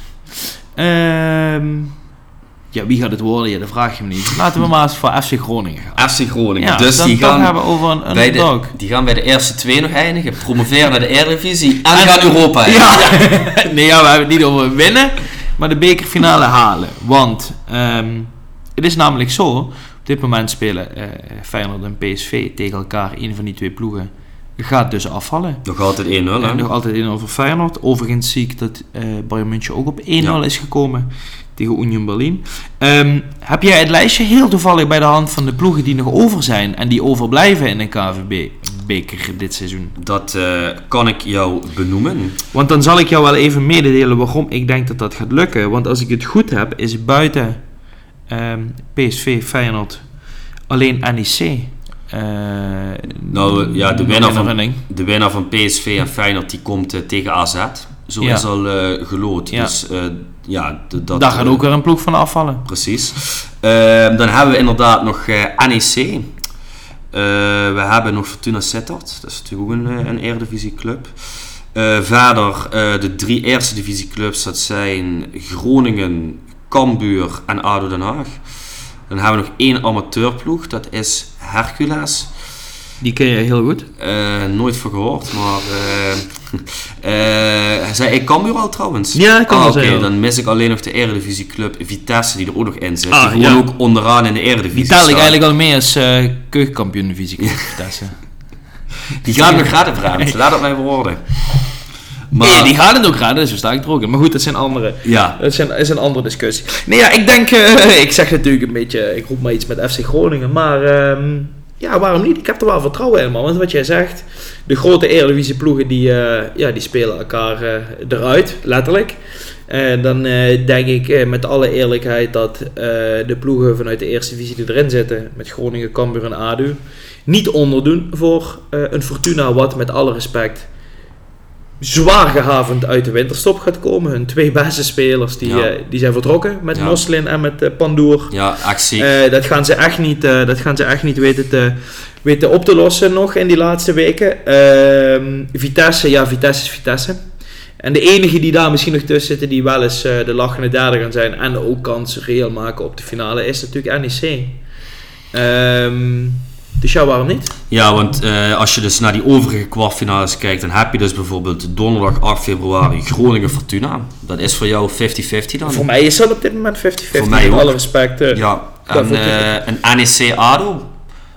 Wie gaat het worden? Ja, dat vraag je me niet. Laten we maar eens voor FC Groningen gaan. FC Groningen. Ja, dus dan die gaan hebben we over een underdog. Die gaan bij de eerste 2 nog eindigen. Promoveren naar de Eredivisie. En gaan Europa in. Ja. Nee, we hebben het niet over winnen. Maar de bekerfinale halen. Want het is namelijk zo. Op dit moment spelen Feyenoord en PSV tegen elkaar. Een van die 2 ploegen gaat dus afvallen. Nog altijd 1-0, hè? Nog altijd 1-0 voor Feyenoord. Overigens zie ik dat Bayern München ook op 1-0 is gekomen tegen Union Berlin. Heb jij het lijstje heel toevallig bij de hand van de ploegen die nog over zijn en die overblijven in een KNVB-beker dit seizoen? Dat kan ik jou benoemen. Want dan zal ik jou wel even mededelen waarom ik denk dat dat gaat lukken. Want als ik het goed heb, is buiten PSV, Feyenoord alleen NEC. De winnaar van PSV en Feyenoord die komt tegen AZ. Zo is al geloot. Ja. Dus daar gaat ook weer een ploeg van afvallen. Precies. Dan hebben we inderdaad nog NEC. We hebben nog Fortuna Sittard. Dat is natuurlijk ook een Eredivisie club. Verder de 3 eerste divisieclubs, dat zijn Groningen, Cambuur en ADO Den Haag. Dan hebben we nog 1 amateurploeg, dat is Hercules. Die ken je heel goed? Nooit van gehoord, maar... zei ik Cambuur al trouwens? Ja, ik kan wel zeggen. Dan mis ik alleen nog de Eredivisieclub Vitesse, die er ook nog in zit. Die gewoon ook onderaan in de Eredivisie die tel ik eigenlijk al mee als keukenkampioen divisieclub Vitesse. Die gaat nog raden, Brand. Laat het mij worden. Maar... Nee, die gaat het ook raden, dus we staan er ook in. Maar goed, dat zijn andere. Ja. Dat is een andere discussie. Nee, ja, ik denk... ik zeg natuurlijk een beetje... Ik roep maar iets met FC Groningen, maar... ja, waarom niet? Ik heb er wel vertrouwen in, man. Want wat jij zegt... De grote Eredivisie ploegen, die spelen elkaar eruit, letterlijk. En dan denk ik met alle eerlijkheid dat de ploegen vanuit de eerste divisie die erin zitten... Met Groningen, Cambuur en ADO... Niet onderdoen voor een Fortuna wat met alle respect... zwaar gehavend uit de winterstop gaat komen. Hun 2 basisspelers die zijn vertrokken met Moslin en met Pandoer. Ja, actie. Dat gaan ze echt niet weten op te lossen nog in die laatste weken. Vitesse is Vitesse. En de enige die daar misschien nog tussen zitten, die wel eens de lachende derde gaan zijn en ook kans reëel maken op de finale, is natuurlijk NEC. Dus ja, waarom niet? Ja, want als je dus naar die overige kwartfinales kijkt, dan heb je dus bijvoorbeeld donderdag 8 februari Groningen-Fortuna. Dat is voor jou 50-50 dan? Voor mij is dat op dit moment 50-50. Voor mij met alle respect. Ja, en een NEC-ADO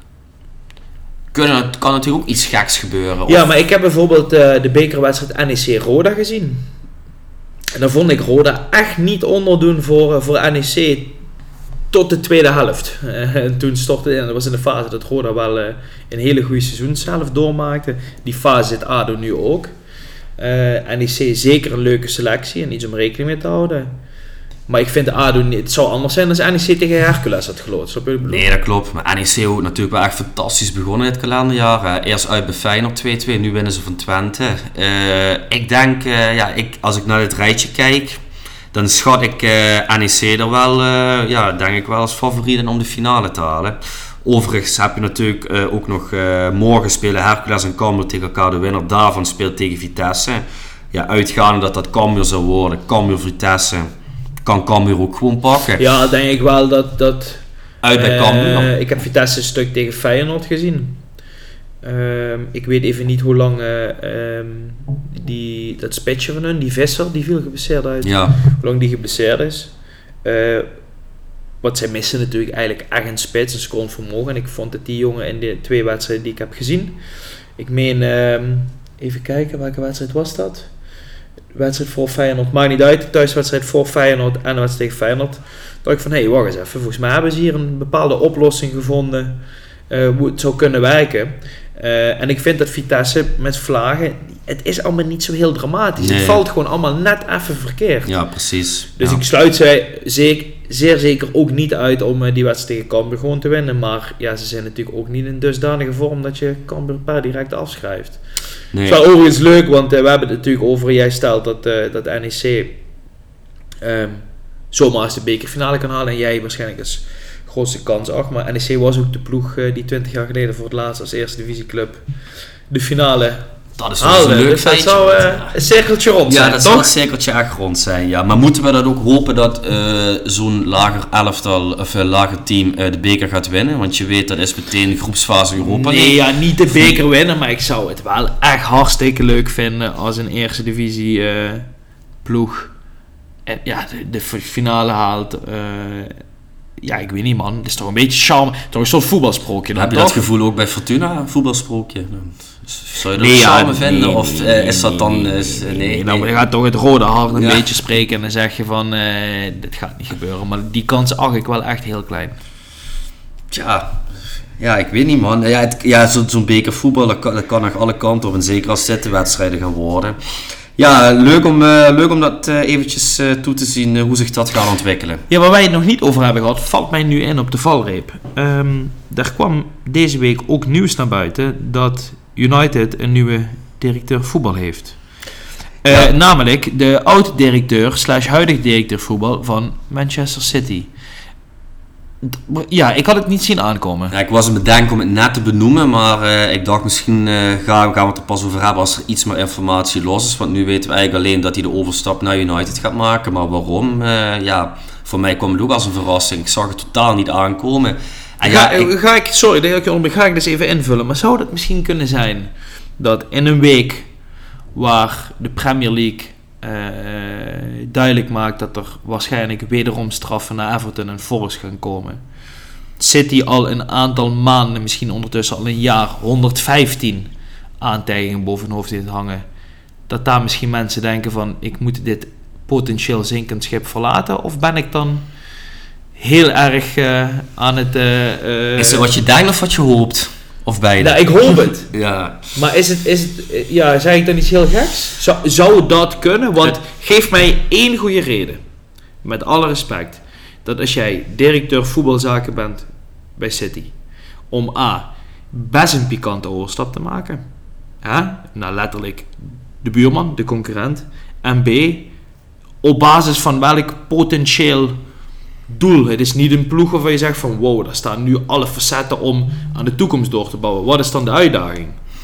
kan natuurlijk ook iets geks gebeuren. Ja, maar ik heb bijvoorbeeld de bekerwedstrijd NEC-Roda gezien. En dan vond ik Roda echt niet onderdoen voor NEC... Tot de tweede helft. En toen stortte het in. Dat was in de fase dat Roda wel een hele goede seizoen zelf doormaakte. Die fase zit ADO nu ook. NEC zeker een leuke selectie en iets om rekening mee te houden. Maar ik vind ADO niet. Het zou anders zijn als NEC tegen Hercules had geloot. Nee, dat klopt. Maar NEC ook natuurlijk wel echt fantastisch begonnen in het kalenderjaar. Eerst uit bij Feyenoord 2-2. Nu winnen ze van Twente. Ik denk, als ik naar dit rijtje kijk... Dan schat ik NEC er wel, denk ik wel als favoriet in om de finale te halen. Overigens heb je natuurlijk ook nog morgen spelen Hercules en Cambuur tegen elkaar. De winnaar daarvan speelt tegen Vitesse. Ja, uitgaande dat Cambuur zou worden, Cambuur-Vitesse, kan Cambuur ook gewoon pakken. Ja, denk ik wel dat uit bij Cambuur. Ik heb Vitesse een stuk tegen Feyenoord gezien. Ik weet even niet hoe lang dat spitsje van hun, die Visser, die viel geblesseerd uit. Ja. Hoe lang die geblesseerd is. Wat zij missen natuurlijk eigenlijk echt een spits, een scorend vermogen. En ik vond dat die jongen in de 2 wedstrijden die ik heb gezien. Ik meen, even kijken, welke wedstrijd was dat? Wedstrijd voor Feyenoord, maakt niet uit. Thuiswedstrijd voor Feyenoord en de wedstrijd tegen Feyenoord. Dacht ik van, hé, wacht eens even. Volgens mij hebben ze hier een bepaalde oplossing gevonden. Hoe het zou kunnen werken. En ik vind dat Vitesse met Vlagen, het is allemaal niet zo heel dramatisch. Nee. Het valt gewoon allemaal net even verkeerd. Ja, precies. Dus ik sluit zij zeer zeker ook niet uit om die wedstrijd tegen Cambuur gewoon te winnen. Maar ja, ze zijn natuurlijk ook niet in dusdanige vorm dat je Cambuur per direct afschrijft. Nee. Het is wel overigens leuk, want we hebben het natuurlijk over, jij stelt dat NEC zomaar eens de bekerfinale kan halen en jij waarschijnlijk als grootste kans 8, maar NEC was ook de ploeg die 20 jaar geleden voor het laatst als eerste divisieclub de finale dat is wel een leuk dus feitje. Dat zou een cirkeltje rond zijn, ja, dat zou een cirkeltje echt rond zijn, ja. Maar moeten we dat ook hopen dat zo'n lager elftal of lager team de beker gaat winnen? Want je weet, dat is meteen de groepsfase Europa League. Nee, ja, niet de beker winnen, maar ik zou het wel echt hartstikke leuk vinden als een eerste divisie ploeg de finale haalt. Ja, ik weet niet, man. Het is toch een beetje charme. Toch een soort voetbalsprookje. Heb je dat gevoel ook bij Fortuna, een voetbalsprookje? Zou je dat charme vinden? Of is dat dan... Nee. Dan gaat toch het rode hart een beetje spreken. En dan zeg je van, dit gaat niet gebeuren. Maar die kans acht ik wel echt heel klein. Tja, ja, ik weet niet, man. Zo'n bekervoetbal, dat kan nog alle kanten op. En zeker als zittenwedstrijden gaan worden. Ja, leuk om dat eventjes toe te zien hoe zich dat gaat ontwikkelen. Ja, waar wij het nog niet over hebben gehad, valt mij nu in op de valreep. Er kwam deze week ook nieuws naar buiten dat United een nieuwe directeur voetbal heeft. Namelijk de oud-directeur / huidig directeur voetbal van Manchester City. Ja, ik had het niet zien aankomen. Ja, ik was aan het bedenken om het net te benoemen, maar ik dacht misschien gaan we het er pas over hebben als er iets meer informatie los is. Want nu weten we eigenlijk alleen dat hij de overstap naar United gaat maken. Maar waarom? Voor mij kwam het ook als een verrassing. Ik zag het totaal niet aankomen. En Sorry dat ik je onderbreek, ga ik dus even invullen. Maar zou het misschien kunnen zijn dat in een week waar de Premier League duidelijk maakt dat er waarschijnlijk wederom straffen naar Everton en Forest gaan komen, City al een aantal maanden, misschien ondertussen al een jaar, 115 aantijgingen boven hun hoofd heeft hangen, dat daar misschien mensen denken van, ik moet dit potentieel zinkend schip verlaten? Of ben ik dan heel erg aan het... is het wat je denkt of wat je hoopt? Of beide? Nou, ik hoop het. Ja. Maar is het ja, zeg ik dan iets heel geks? Zou dat kunnen? Want geef mij één goede reden, met alle respect, dat als jij directeur voetbalzaken bent bij City, om A, best een pikante overstap te maken, nou letterlijk de buurman, de concurrent, en B, op basis van welk potentieel doel. Het is niet een ploeg waarvan je zegt van wow, daar staan nu alle facetten om aan de toekomst door te bouwen. Wat is dan de uitdaging?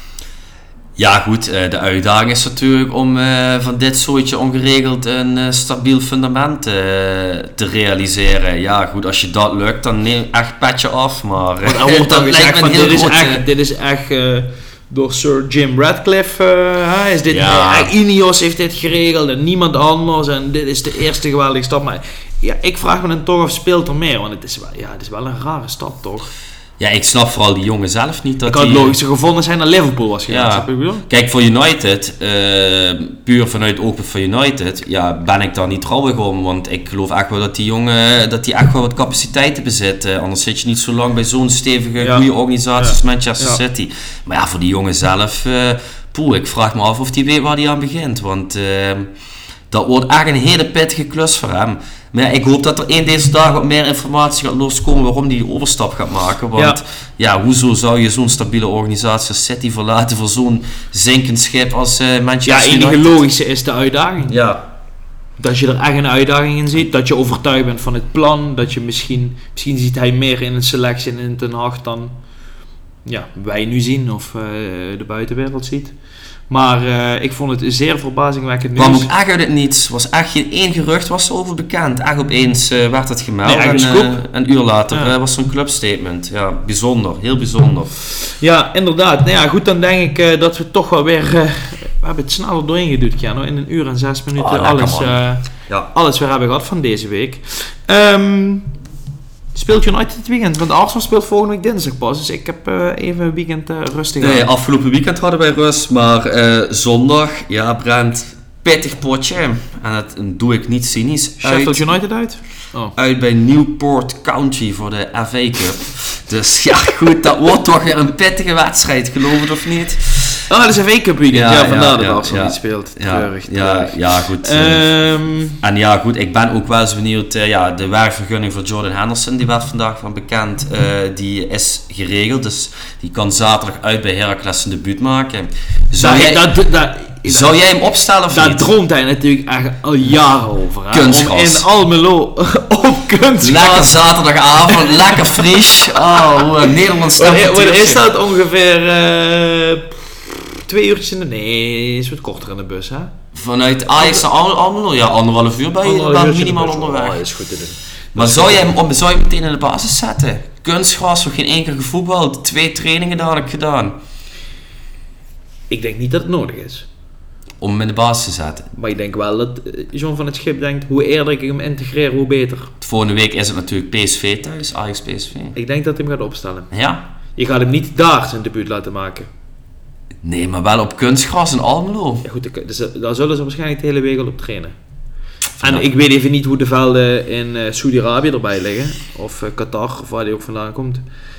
Ja goed, de uitdaging is natuurlijk om van dit soortje ongeregeld een stabiel fundament te realiseren. Ja goed, als je dat lukt, dan neem echt petje af. Maar dat lijkt me heel dit is echt door Sir Jim Ratcliffe. Is dit, Ineos heeft dit geregeld en niemand anders. En dit is de eerste geweldige stap. Maar ja, ik vraag me dan toch of speelt er meer. Want het is wel een rare stap, toch? Ja, ik snap vooral die jongen zelf niet. Dat ik had het logischer gevonden als hij naar Liverpool was gegaan. Ja. Kijk, voor United, puur vanuit het oogpunt van United, ben ik daar niet trouwig om. Want ik geloof echt wel dat die jongen echt wel wat capaciteiten bezit. Anders zit je niet zo lang bij zo'n stevige, goede organisatie als Manchester City. Maar ja, voor die jongen zelf, ik vraag me af of hij weet waar hij aan begint. Want dat wordt echt een hele pittige klus voor hem. Maar ja, ik hoop dat er deze dagen wat meer informatie gaat loskomen waarom hij die overstap gaat maken. Want hoezo zou je zo'n stabiele organisatie als City verlaten voor zo'n zinkend schip als Manchester United? Ja, enige logische is de uitdaging. Ja. Dat je er echt een uitdaging in ziet. Dat je overtuigd bent van het plan. Dat je misschien ziet hij meer in een selectie en in Ten Hag dan wij nu zien of de buitenwereld ziet. Maar ik vond het zeer verbazingwekkend nieuws. Kwam ook echt uit het niets. Was echt geen één gerucht was over bekend. Echt opeens werd het gemeld. Een uur later was zo'n clubstatement. Ja, bijzonder. Heel bijzonder. Ja, inderdaad. Nou ja, goed, dan denk ik dat we toch wel weer... we hebben het sneller doorheen geduwd, Keanu. In een uur en 6 minuten alles weer hebben gehad van deze week. Speelt United het weekend? Want Arsenal speelt volgende week dinsdag pas. Dus ik heb even een weekend rustig aan. Nee, afgelopen weekend hadden wij rust. Maar zondag, Brent, pittig potje. En dat doe ik niet cynisch. Sheffield United uit? Uit bij Newport County voor de FA Cup. Dus ja, goed, dat wordt toch weer een pittige wedstrijd, geloof het of niet? Dat is een FA Cup weekend. Vandaar dat Arsenal niet speelt. Treurig. Ja, goed. En ja, goed, ik ben ook wel eens benieuwd. De werkvergunning voor Jordan Henderson, die werd vandaag van bekend. Die is geregeld, dus die kan zaterdag uit bij Heracles een debuut maken. Zou jij hem opstellen of niet? Daar droomt hij natuurlijk echt al jaren over. Kunstgras. Om in Almelo op kunstgras. Lekker zaterdagavond, lekker fris. Nederlands temperatuur. Is dat ongeveer 2 uurtjes in de... Nee, is wat korter in de bus, hè? Vanuit Ajax naar Almelo? Ja, 1,5 uur ben je minimaal onderweg. Is goed te doen. Maar zou je hem meteen in de basis zetten? Kunstgras, nog geen één keer gevoetbald. 2 trainingen daar heb ik gedaan. Ik denk niet dat het nodig is. Om hem in de basis te zetten. Maar ik denk wel dat John van het Schip denkt, hoe eerder ik hem integreer, hoe beter. Volgende week is het natuurlijk PSV thuis, Ajax PSV. Ik denk dat hij hem gaat opstellen. Ja? Je gaat hem niet daar zijn debuut laten maken. Nee, maar wel op kunstgras in Almelo. Ja goed, dus daar zullen ze waarschijnlijk de hele week al op trainen. En ik weet even niet hoe de velden in Saudi-Arabië erbij liggen. Of Qatar, of waar die ook vandaan komt.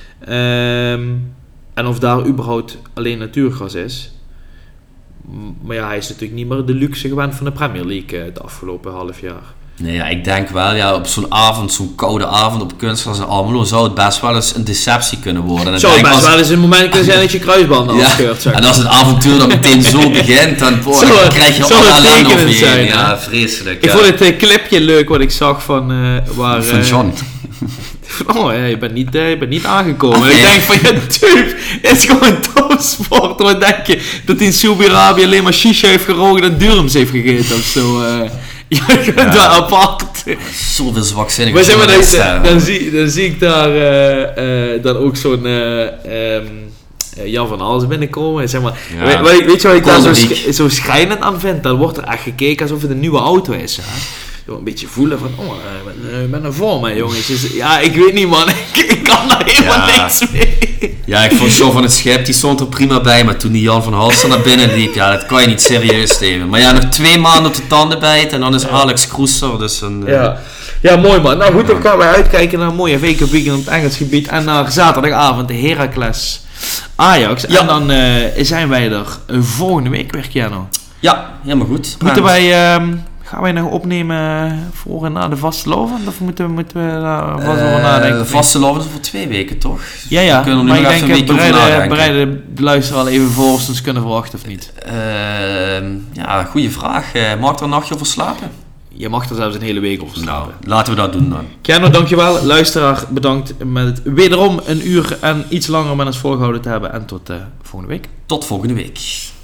En of daar überhaupt alleen natuurgras is. Maar ja, hij is natuurlijk niet meer de luxe gewend van de Premier League het afgelopen half jaar. Nee, ik denk wel, op zo'n avond, zo'n koude avond op kunstgras in Almelo, zou het best wel eens een deceptie kunnen worden. Het zou best wel eens een moment kunnen zijn dat je kruisbanden afscheurt. En als het avontuur dan meteen zo begint, dan krijg je alle ellende over je heen. Ja, vreselijk. Ik vond het clipje leuk wat ik zag van John. Oh, ja, je bent niet aangekomen. Okay. Ik denk van, ja, typ, het is gewoon topsport. Wat denk je? Dat hij in Saudi-Arabië alleen maar shisha heeft gerookt en durums heeft gegeten of zo. Je kunt wel apart. Zoveel zwakzinnig. Maar zeg maar, dan zie ik daar dan ook zo'n Jan van Hals binnenkomen. Zeg maar, weet je wat ik daar zo schrijnend aan vind? Dan wordt er echt gekeken alsof het een nieuwe auto is. Hè? Een beetje voelen van, ik ben er voor mij, jongens. Dus, ja, ik weet niet, man. Ik kan daar helemaal niks mee. Ja, ik vond John van het Schijp, die stond er prima bij. Maar toen die Jan van Halsen naar binnen liep, ja, dat kan je niet serieus nemen. Maar ja, nog 2 maanden op de tanden bijten en dan is Alex Kroes er. Dus ja, mooi, man. Nou goed, dan gaan we uitkijken naar een mooie weekend op het Engels gebied. En naar zaterdagavond de Heracles Ajax. Ja. En dan zijn wij er volgende week weer, Keanu. Ja, helemaal goed. Gaan wij nog opnemen voor en na de vastelovend? Of moeten we daar wat over nadenken? De vastelovend is voor 2 weken, toch? Ja. We maar ik denk, bereiden de luisteraar al even voor of ze ons kunnen verwachten of niet? Ja, goede vraag. Mag ik er een nachtje over slapen? Je mag er zelfs een hele week over slapen. Nou, laten we dat doen dan. Keanu, dankjewel. Luisteraar, bedankt met wederom een uur en iets langer met ons volgehouden te hebben. En tot volgende week. Tot volgende week.